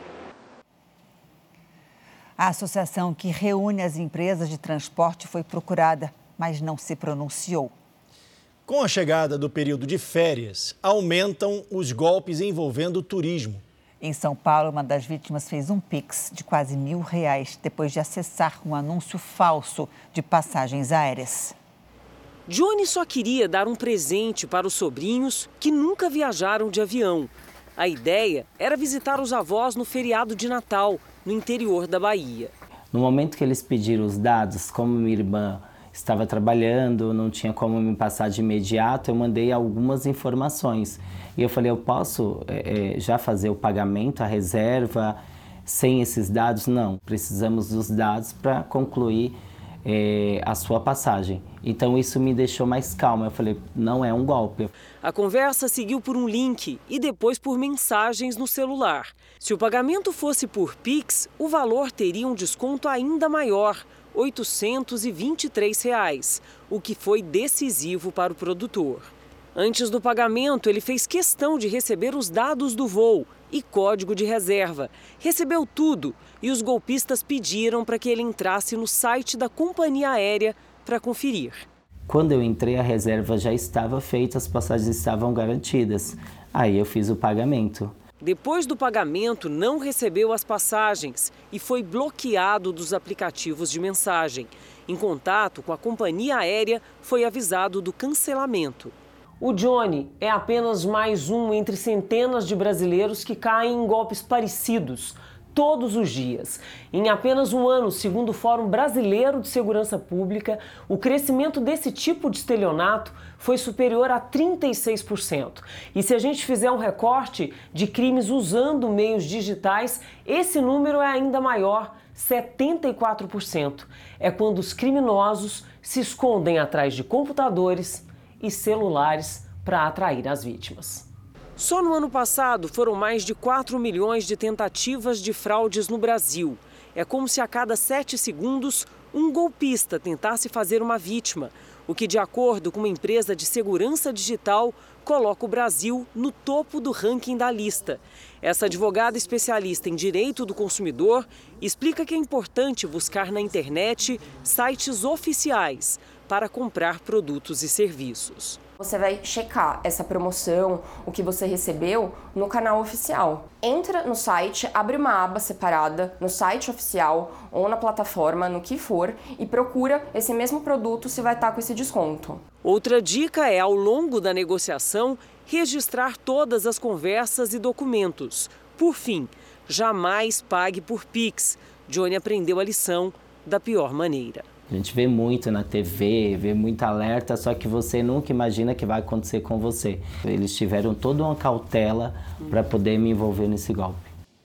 Speaker 2: A associação que reúne as empresas de transporte foi procurada, mas não se pronunciou.
Speaker 3: Com a chegada do período de férias, aumentam os golpes envolvendo o turismo.
Speaker 2: Em São Paulo, uma das vítimas fez um Pix de quase mil reais depois de acessar um anúncio falso de passagens aéreas.
Speaker 27: Johnny só queria dar um presente para os sobrinhos que nunca viajaram de avião. A ideia era visitar os avós no feriado de Natal, no interior da Bahia.
Speaker 6: No momento que eles pediram os dados, como minha irmã estava trabalhando, não tinha como me passar de imediato, eu mandei algumas informações. E eu falei, eu posso é, já fazer o pagamento, a reserva, sem esses dados? Não, precisamos dos dados para concluir É, a sua passagem. Então isso me deixou mais calma. Eu falei, não é um golpe.
Speaker 27: A conversa seguiu por um link e depois por mensagens no celular. Se o pagamento fosse por Pix, o valor teria um desconto ainda maior, oitocentos e vinte e três reais, o que foi decisivo para o produtor. Antes do pagamento, ele fez questão de receber os dados do voo e código de reserva. Recebeu tudo e os golpistas pediram para que ele entrasse no site da companhia aérea para conferir.
Speaker 6: Quando eu entrei, a reserva já estava feita, as passagens estavam garantidas. Aí eu fiz o pagamento.
Speaker 27: Depois do pagamento, não recebeu as passagens e foi bloqueado dos aplicativos de mensagem. Em contato com a companhia aérea, foi avisado do cancelamento. O Johnny é apenas mais um entre centenas de brasileiros que caem em golpes parecidos. todos os dias. Em apenas um ano, segundo o Fórum Brasileiro de Segurança Pública, o crescimento desse tipo de estelionato foi superior a trinta e seis por cento. E se a gente fizer um recorte de crimes usando meios digitais, esse número é ainda maior, setenta e quatro por cento. É quando os criminosos se escondem atrás de computadores e celulares para atrair as vítimas. Só no ano passado foram mais de quatro milhões de tentativas de fraudes no Brasil. É como se a cada sete segundos um golpista tentasse fazer uma vítima, o que, de acordo com uma empresa de segurança digital, coloca o Brasil no topo do ranking da lista. Essa advogada especialista em direito do consumidor explica que é importante buscar na internet sites oficiais para comprar produtos e serviços.
Speaker 9: Você vai checar essa promoção, o que você recebeu, no canal oficial. Entra no site, abre uma aba separada no site oficial ou na plataforma, no que for, e procura esse mesmo produto se vai estar com esse desconto.
Speaker 27: Outra dica é, ao longo da negociação, registrar todas as conversas e documentos. Por fim, jamais pague por Pix. Johnny aprendeu a lição da pior maneira.
Speaker 11: A gente vê muito na T V, vê muito alerta, só que você nunca imagina que vai acontecer com você. Eles tiveram toda uma cautela para poder me envolver nesse golpe.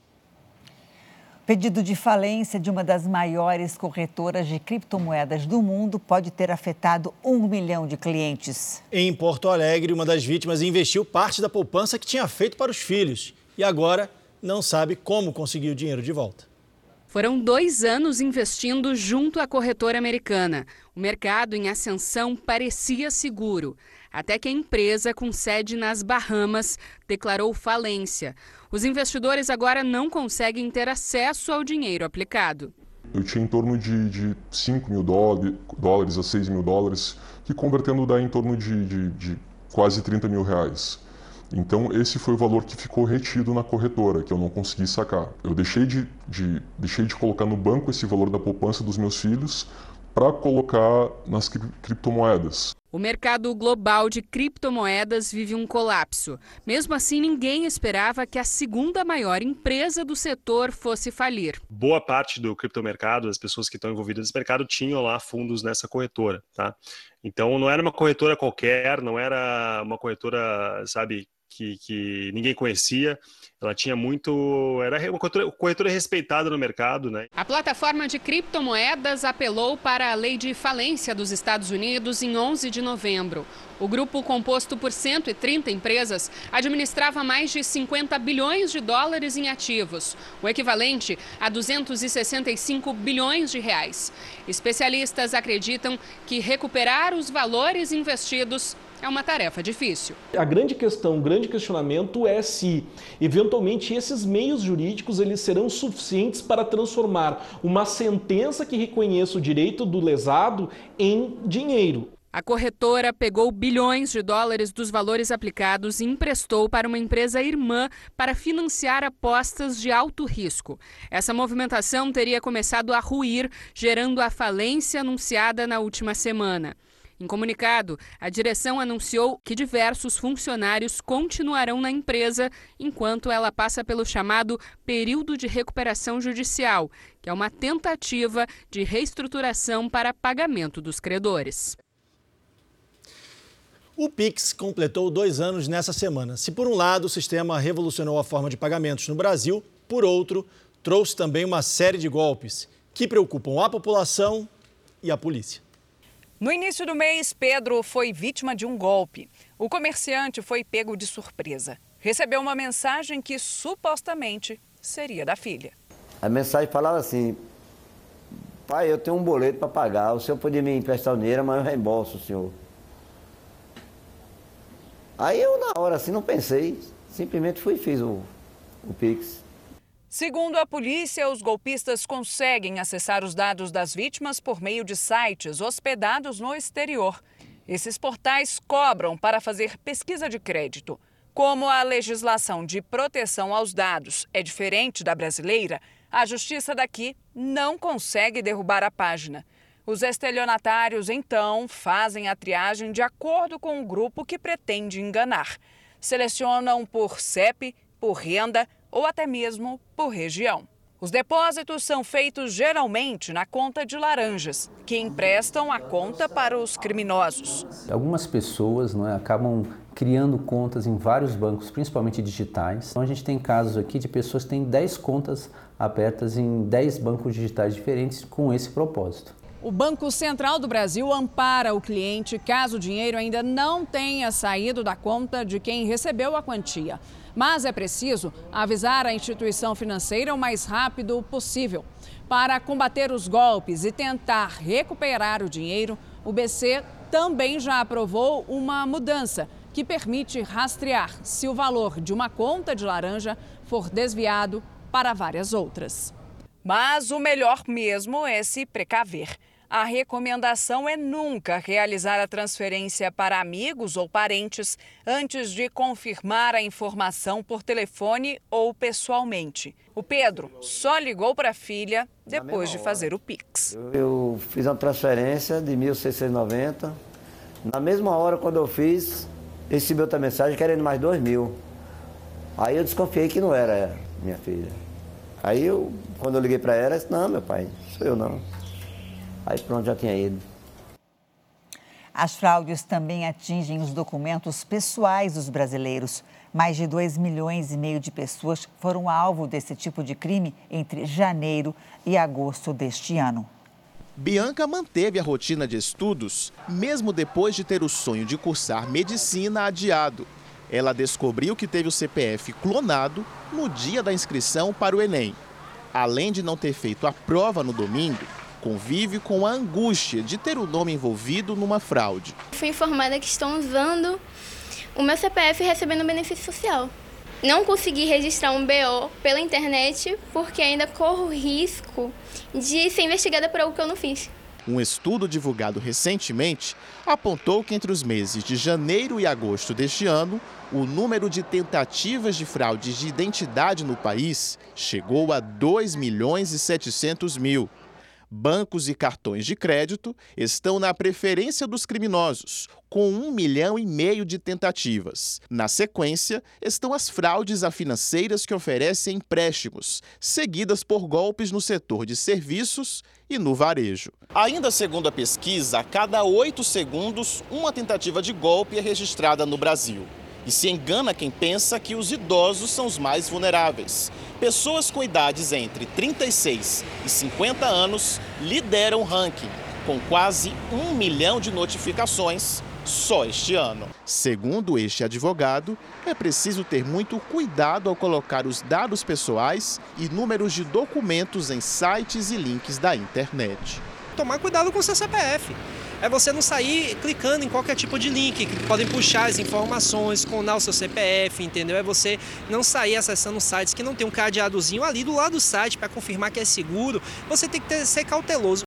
Speaker 2: Pedido de falência de uma das maiores corretoras de criptomoedas do mundo pode ter afetado um milhão de clientes.
Speaker 3: Em Porto Alegre, uma das vítimas investiu parte da poupança que tinha feito para os filhos e agora não sabe como conseguir o dinheiro de volta.
Speaker 12: Foram dois anos investindo junto à corretora americana. O mercado em ascensão parecia seguro, até que a empresa, com sede nas Bahamas, declarou falência. Os investidores agora não conseguem ter acesso ao dinheiro aplicado.
Speaker 13: Eu tinha em torno de, de cinco mil dólares a seis mil dólares, que convertendo dá em torno de, de, de quase trinta mil reais. Então esse foi o valor que ficou retido na corretora, que eu não consegui sacar. Eu deixei de, de, deixei de colocar no banco esse valor da poupança dos meus filhos para colocar nas cri- criptomoedas.
Speaker 12: O mercado global de criptomoedas vive um colapso. Mesmo assim, ninguém esperava que a segunda maior empresa do setor fosse falir.
Speaker 14: Boa parte do criptomercado, as pessoas que estão envolvidas nesse mercado, tinham lá fundos nessa corretora, tá? Então não era uma corretora qualquer, não era uma corretora, sabe, que, que ninguém conhecia. Ela tinha muito... Era uma corretora, corretora respeitada no mercado, né?
Speaker 12: A plataforma de criptomoedas apelou para a lei de falência dos Estados Unidos em onze de novembro. O grupo, composto por cento e trinta empresas, administrava mais de cinquenta bilhões de dólares em ativos, o equivalente a duzentos e sessenta e cinco bilhões de reais. Especialistas acreditam que recuperar os valores investidos é uma tarefa difícil.
Speaker 15: A grande questão, o grande questionamento é se, eventualmente, esses meios jurídicos eles serão suficientes para transformar uma sentença que reconheça o direito do lesado em dinheiro.
Speaker 12: A corretora pegou bilhões de dólares dos valores aplicados e emprestou para uma empresa irmã para financiar apostas de alto risco. Essa movimentação teria começado a ruir, gerando a falência anunciada na última semana. Em comunicado, a direção anunciou que diversos funcionários continuarão na empresa enquanto ela passa pelo chamado período de recuperação judicial, que é uma tentativa de reestruturação para pagamento dos credores.
Speaker 3: O Pix completou dois anos nessa semana. Se por um lado o sistema revolucionou a forma de pagamentos no Brasil, por outro, trouxe também uma série de golpes que preocupam a população e a polícia.
Speaker 23: No início do mês, Pedro foi vítima de um golpe. O comerciante foi pego de surpresa. Recebeu uma mensagem que supostamente seria da filha.
Speaker 28: A mensagem falava assim: pai, eu tenho um boleto para pagar, o senhor podia me emprestar o dinheiro, mas eu reembolso o senhor. Aí eu, na hora assim, não pensei, simplesmente fui e fiz o, o Pix.
Speaker 23: Segundo a polícia, os golpistas conseguem acessar os dados das vítimas por meio de sites hospedados no exterior. Esses portais cobram para fazer pesquisa de crédito. Como a legislação de proteção aos dados é diferente da brasileira, a justiça daqui não consegue derrubar a página. Os estelionatários, então, fazem a triagem de acordo com o grupo que pretende enganar. Selecionam por C E P, por renda ou até mesmo por região. Os depósitos são feitos geralmente na conta de laranjas, que emprestam a conta para os criminosos.
Speaker 1: Algumas pessoas, não é, acabam criando contas em vários bancos, principalmente digitais. Então a gente tem casos aqui de pessoas que têm dez contas abertas em dez bancos digitais diferentes com esse propósito.
Speaker 23: O Banco Central do Brasil ampara o cliente caso o dinheiro ainda não tenha saído da conta de quem recebeu a quantia. Mas é preciso avisar a instituição financeira o mais rápido possível. Para combater os golpes e tentar recuperar o dinheiro, o B C também já aprovou uma mudança que permite rastrear se o valor de uma conta de laranja for desviado para várias outras. Mas o melhor mesmo é se precaver. A recomendação é nunca realizar a transferência para amigos ou parentes antes de confirmar a informação por telefone ou pessoalmente. O Pedro só ligou para a filha depois de fazer o Pix.
Speaker 28: Eu, eu fiz uma transferência de mil seiscentos e noventa. Na mesma hora, quando eu fiz, recebi outra mensagem querendo mais dois mil. Aí eu desconfiei que não era minha filha. Aí eu, quando eu liguei para ela, eu disse, não, meu pai, sou eu não. Aí pronto, já tinha ido.
Speaker 2: As fraudes também atingem os documentos pessoais dos brasileiros. Mais de dois milhões e meio de pessoas foram alvo desse tipo de crime entre janeiro e agosto deste ano.
Speaker 4: Bianca manteve a rotina de estudos, mesmo depois de ter o sonho de cursar medicina adiado. Ela descobriu que teve o C P F clonado no dia da inscrição para o Enem. Além de não ter feito a prova no domingo, convive com a angústia de ter o nome envolvido numa fraude.
Speaker 5: Fui informada que estão usando o meu C P F recebendo benefício social. Não consegui registrar um B O pela internet porque ainda corro risco de ser investigada por algo que eu não fiz.
Speaker 4: Um estudo divulgado recentemente apontou que entre os meses de janeiro e agosto deste ano, o número de tentativas de fraudes de identidade no país chegou a dois milhões e setecentos mil. Bancos e cartões de crédito estão na preferência dos criminosos, com um milhão e meio de tentativas. Na sequência, estão as fraudes a financeiras que oferecem empréstimos, seguidas por golpes no setor de serviços e no varejo. Ainda segundo a pesquisa, a cada oito segundos, uma tentativa de golpe é registrada no Brasil. E se engana quem pensa que os idosos são os mais vulneráveis. Pessoas com idades entre trinta e seis e cinquenta anos lideram o ranking, com quase um milhão de notificações só este ano. Segundo este advogado, é preciso ter muito cuidado ao colocar os dados pessoais e números de documentos em sites e links da internet.
Speaker 16: Tomar cuidado com o seu C P F. É você não sair clicando em qualquer tipo de link que podem puxar as informações, clonar o seu C P F, entendeu? É você não sair acessando sites que não tem um cadeadozinho ali do lado do site para confirmar que é seguro. Você tem que ter, ser cauteloso.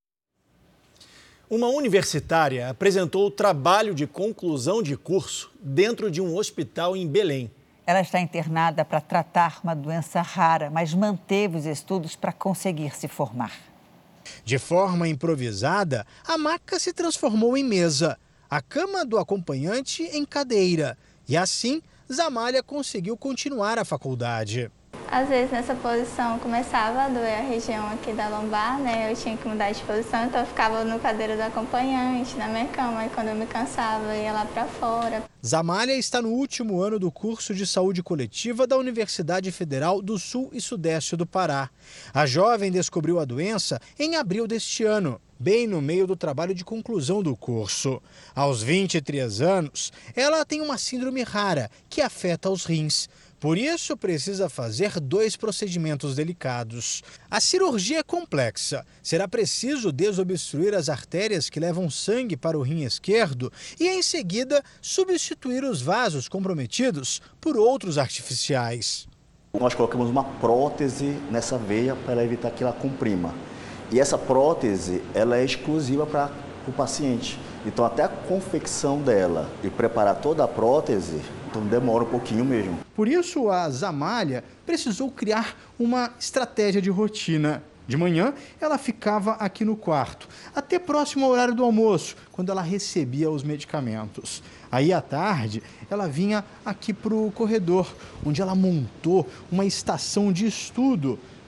Speaker 3: Uma universitária apresentou o trabalho de conclusão de curso dentro de um hospital em Belém.
Speaker 2: Ela está internada para tratar uma doença rara, mas manteve os estudos para conseguir se formar.
Speaker 17: De forma improvisada, a maca se transformou em mesa, a cama do acompanhante em cadeira. E assim, Zamália conseguiu continuar a faculdade.
Speaker 18: Às vezes nessa posição começava a doer a região aqui da lombar, né? Eu tinha que mudar de posição, então eu ficava no cadeira do acompanhante, na minha cama. E quando eu me cansava, eu ia lá para fora.
Speaker 17: Zamália está no último ano do curso de saúde coletiva da Universidade Federal do Sul e Sudeste do Pará. A jovem descobriu a doença em abril deste ano, bem no meio do trabalho de conclusão do curso. Aos vinte e três anos, ela tem uma síndrome rara que afeta os rins. Por isso, precisa fazer dois procedimentos delicados. A cirurgia é complexa. Será preciso desobstruir as artérias que levam sangue para o rim esquerdo e, em seguida, substituir os vasos comprometidos por outros artificiais.
Speaker 19: Nós colocamos uma prótese nessa veia para evitar que ela comprima. E essa prótese ela é exclusiva para o paciente. Então, até a confecção dela e preparar toda a prótese, então demora um pouquinho mesmo.
Speaker 17: Por isso, a Zamália precisou criar uma estratégia de rotina. De manhã, ela ficava aqui no quarto, até próximo ao horário do almoço, quando ela recebia os medicamentos. Aí, à tarde, ela vinha aqui para o corredor, onde ela montou uma estação de estudo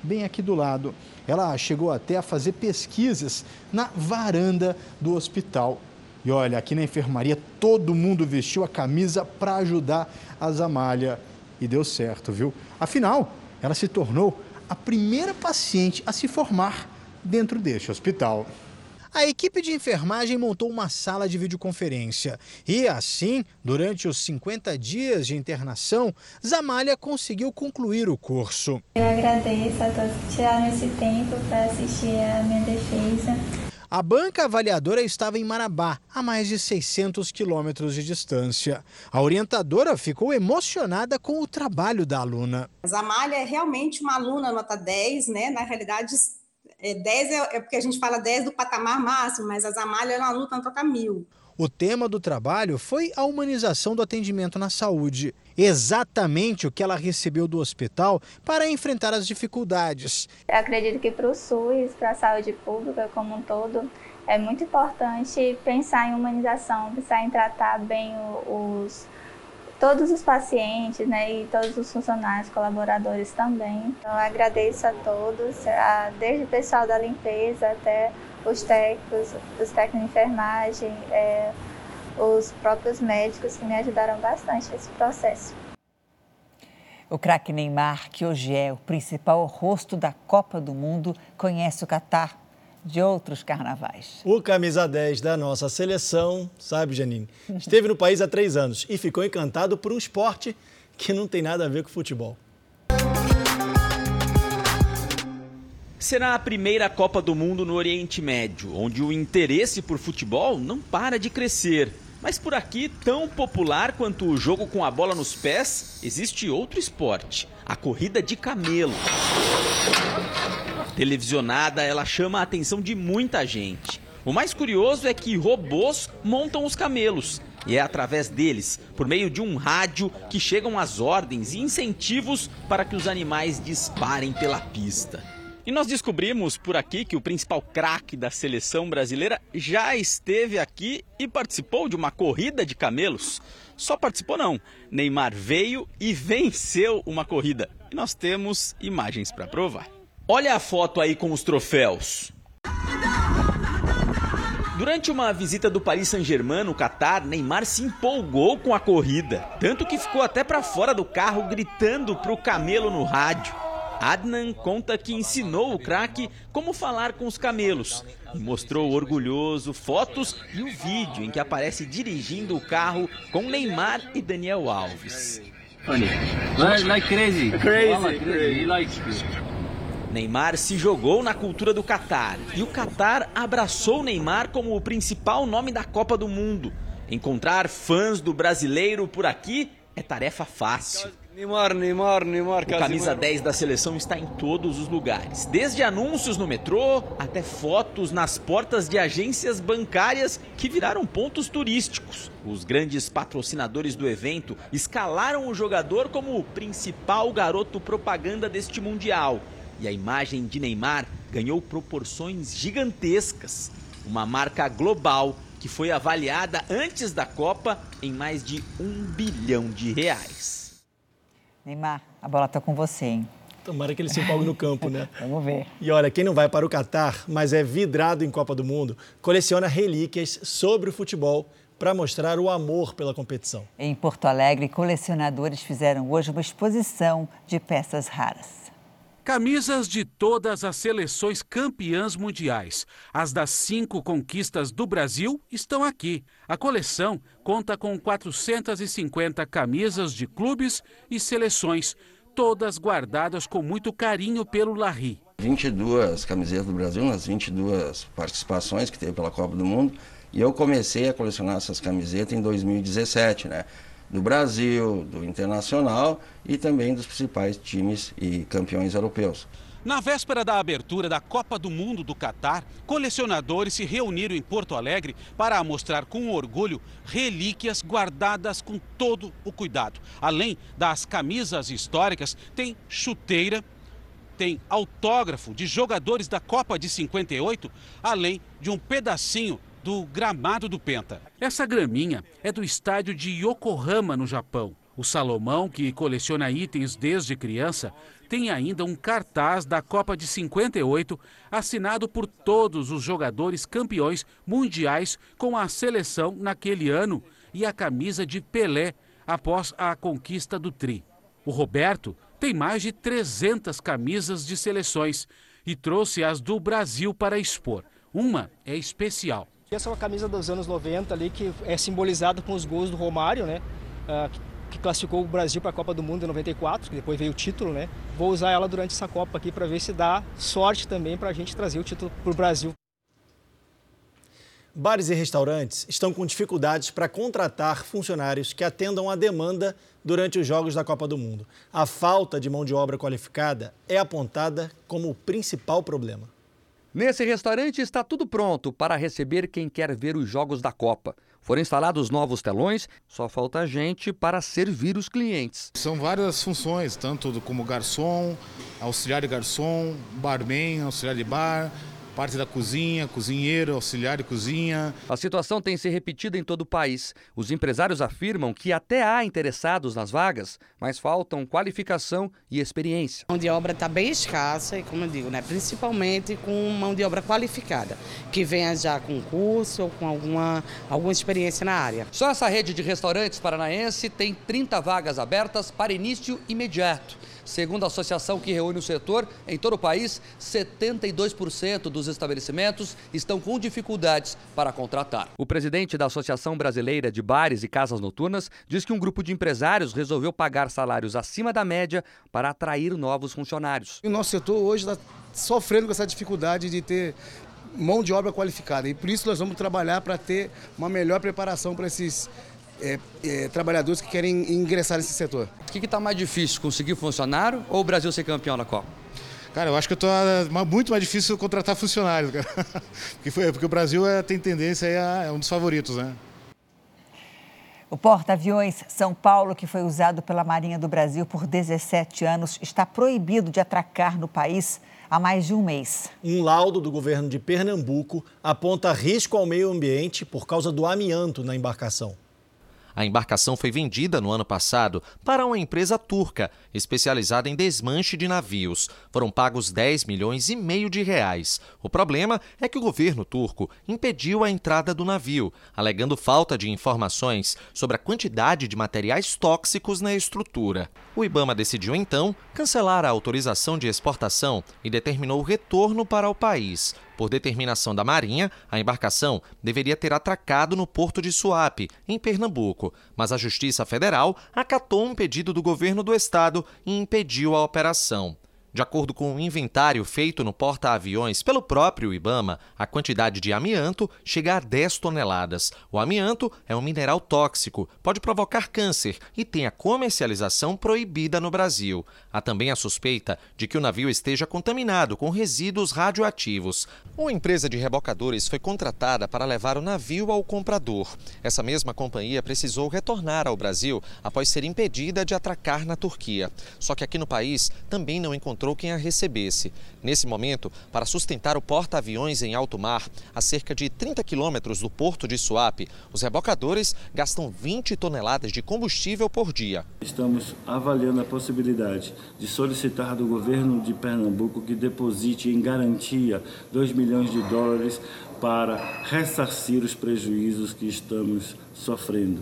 Speaker 17: bem aqui do lado. Ela chegou até a fazer pesquisas na varanda do hospital. E olha, aqui na enfermaria todo mundo vestiu a camisa para ajudar a Zamália. E deu certo, viu? Afinal, ela se tornou a primeira paciente a se formar dentro deste hospital. A equipe de enfermagem montou uma sala de videoconferência e assim, durante os cinquenta dias de internação, Zamália conseguiu concluir o curso.
Speaker 18: Eu agradeço a todos que tiraram esse tempo para assistir a minha defesa.
Speaker 17: A banca avaliadora estava em Marabá, a mais de seiscentos quilômetros de distância. A orientadora ficou emocionada com o trabalho da aluna.
Speaker 7: A Zamália é realmente uma aluna nota dez, né? Na realidade, é dez é, é porque a gente fala dez do patamar máximo, mas a Zamália é uma aluna nota mil.
Speaker 17: O tema do trabalho foi a humanização do atendimento na saúde. Exatamente o que ela recebeu do hospital para enfrentar as dificuldades.
Speaker 18: Eu acredito que para o SUS, para a saúde pública como um todo, é muito importante pensar em humanização, pensar em tratar bem os, todos os pacientes, né, e todos os funcionários, colaboradores também. Então, eu agradeço a todos, a, desde o pessoal da limpeza até os técnicos, os técnicos de enfermagem, é, os próprios médicos que me ajudaram bastante nesse processo.
Speaker 2: O craque Neymar, que hoje é o principal rosto da Copa do Mundo, conhece o Catar de outros carnavais.
Speaker 3: O camisa dez da nossa seleção, sabe, Janine, esteve no país há três anos e ficou encantado por um esporte que não tem nada a ver com futebol.
Speaker 8: Será a primeira Copa do Mundo no Oriente Médio, onde o interesse por futebol não para de crescer. Mas por aqui, tão popular quanto o jogo com a bola nos pés, existe outro esporte, a corrida de camelo. Televisionada, ela chama a atenção de muita gente. O mais curioso é que robôs montam os camelos. E é através deles, por meio de um rádio, que chegam as ordens e incentivos para que os animais disparem pela pista. E nós descobrimos por aqui que o principal craque da seleção brasileira já esteve aqui e participou de uma corrida de camelos. Só participou não, Neymar veio e venceu uma corrida. E nós temos imagens para provar. Olha a foto aí com os troféus. Durante uma visita do Paris Saint-Germain no Catar, Neymar se empolgou com a corrida. Tanto que ficou até para fora do carro gritando para o camelo no rádio. Adnan conta que ensinou o craque como falar com os camelos e mostrou orgulhoso fotos e o vídeo em que aparece dirigindo o carro com Neymar e Daniel Alves.
Speaker 10: Like crazy. Crazy. Crazy.
Speaker 8: Neymar se jogou na cultura do Catar e o Catar abraçou Neymar como o principal nome da Copa do Mundo. Encontrar fãs do brasileiro por aqui é tarefa fácil.
Speaker 10: Neymar, Neymar, Neymar.
Speaker 8: O camisa dez da seleção está em todos os lugares, desde anúncios no metrô até fotos nas portas de agências bancárias que viraram pontos turísticos. Os grandes patrocinadores do evento escalaram o jogador como o principal garoto propaganda deste Mundial. E a imagem de Neymar ganhou proporções gigantescas. Uma marca global que foi avaliada antes da Copa em mais de um bilhão de reais.
Speaker 2: Neymar, a bola está com você, hein?
Speaker 3: Tomara que ele se empolgue no campo, né?
Speaker 2: Vamos ver.
Speaker 3: E olha, quem não vai para o Catar, mas é vidrado em Copa do Mundo, coleciona relíquias sobre o futebol para mostrar o amor pela competição.
Speaker 2: Em Porto Alegre, colecionadores fizeram hoje uma exposição de peças raras.
Speaker 20: Camisas de todas as seleções campeãs mundiais. As das cinco conquistas do Brasil estão aqui. A coleção conta com quatrocentas e cinquenta camisas de clubes e seleções, todas guardadas com muito carinho pelo Larry.
Speaker 21: vinte e duas camisetas do Brasil nas vinte e duas participações que teve pela Copa do Mundo. E eu comecei a colecionar essas camisetas em dois mil e dezessete, né? Do Brasil, do Internacional e também dos principais times e campeões europeus.
Speaker 20: Na véspera da abertura da Copa do Mundo do Catar, colecionadores se reuniram em Porto Alegre para mostrar com orgulho relíquias guardadas com todo o cuidado. Além das camisas históricas, tem chuteira, tem autógrafo de jogadores da Copa de cinquenta e oito, além de um pedacinho do gramado do Penta. Essa graminha é do estádio de Yokohama, no Japão. O Salomão, que coleciona itens desde criança, tem ainda um cartaz da Copa de cinquenta e oito, assinado por todos os jogadores campeões mundiais com a seleção naquele ano e a camisa de Pelé após a conquista do Tri. O Roberto tem mais de trezentas camisas de seleções e trouxe as do Brasil para expor. Uma é especial.
Speaker 6: Essa é uma camisa dos anos noventa ali, que é simbolizada com os gols do Romário, né? Uh, que classificou o Brasil para a Copa do Mundo em noventa e quatro, que depois veio o título, né? Vou usar ela durante essa Copa aqui para ver se dá sorte também para a gente trazer o título para o Brasil.
Speaker 3: Bares e restaurantes estão com dificuldades para contratar funcionários que atendam à demanda durante os Jogos da Copa do Mundo. A falta de mão de obra qualificada é apontada como o principal problema.
Speaker 9: Nesse restaurante está tudo pronto para receber quem quer ver os Jogos da Copa. Foram instalados novos telões, só falta gente para servir os clientes.
Speaker 11: São várias funções, tanto como garçom, auxiliar de garçom, barman, auxiliar de bar, parte da cozinha, cozinheiro, auxiliar de cozinha.
Speaker 9: A situação tem se repetido em todo o país. Os empresários afirmam que até há interessados nas vagas, mas faltam qualificação e experiência.
Speaker 22: A mão de obra está bem escassa, e como eu digo, né, principalmente com mão de obra qualificada, que venha já com curso ou com alguma, alguma experiência na área.
Speaker 9: Só essa rede de restaurantes paranaense tem trinta vagas abertas para início imediato. Segundo a associação que reúne o setor, em todo o país, setenta e dois por cento dos estabelecimentos estão com dificuldades para contratar. O presidente da Associação Brasileira de Bares e Casas Noturnas diz que um grupo de empresários resolveu pagar salários acima da média para atrair novos funcionários.
Speaker 24: O nosso setor hoje está sofrendo com essa dificuldade de ter mão de obra qualificada e por isso nós vamos trabalhar para ter uma melhor preparação para esses É, é, trabalhadores que querem ingressar nesse setor.
Speaker 9: O que está mais difícil, conseguir funcionário ou o Brasil ser campeão na Copa?
Speaker 11: Cara, eu acho que tô, é muito mais difícil contratar funcionários, cara. porque, foi, porque o Brasil é, tem tendência, é, é um dos favoritos, né?
Speaker 2: O porta-aviões São Paulo, que foi usado pela Marinha do Brasil por dezessete anos, está proibido de atracar no país há mais de um mês.
Speaker 3: Um laudo do governo de Pernambuco aponta risco ao meio ambiente por causa do amianto na embarcação.
Speaker 25: A embarcação foi vendida no ano passado para uma empresa turca, especializada em desmanche de navios. Foram pagos dez milhões e meio de reais. O problema é que o governo turco impediu a entrada do navio, alegando falta de informações sobre a quantidade de materiais tóxicos na estrutura. O IBAMA decidiu, então, cancelar a autorização de exportação e determinou o retorno para o país. Por determinação da Marinha, a embarcação deveria ter atracado no porto de Suape, em Pernambuco, mas a Justiça Federal acatou um pedido do governo do estado e impediu a operação. De acordo com o inventário feito no porta-aviões pelo próprio IBAMA, a quantidade de amianto chega a dez toneladas. O amianto é um mineral tóxico, pode provocar câncer e tem a comercialização proibida no Brasil. Há também a suspeita de que o navio esteja contaminado com resíduos radioativos. Uma empresa de rebocadores foi contratada para levar o navio ao comprador. Essa mesma companhia precisou retornar ao Brasil após ser impedida de atracar na Turquia. Só que aqui no país também não encontrou quem a recebesse. Nesse momento, para sustentar o porta-aviões em alto mar, a cerca de trinta quilômetros do porto de Suape, os rebocadores gastam vinte toneladas de combustível por dia.
Speaker 26: Estamos avaliando a possibilidade de solicitar do governo de Pernambuco que deposite em garantia dois milhões de dólares para ressarcir os prejuízos que estamos sofrendo.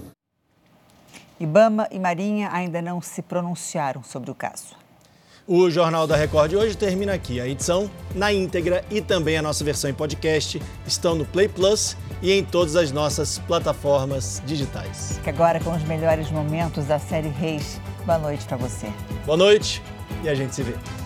Speaker 2: IBAMA e Marinha ainda não se pronunciaram sobre o caso.
Speaker 3: O Jornal da Record de hoje termina aqui. A edição na íntegra e também a nossa versão em podcast estão no Play Plus e em todas as nossas plataformas digitais.
Speaker 2: Que agora com os melhores momentos da série Reis. Boa noite para você.
Speaker 3: Boa noite e a gente se vê.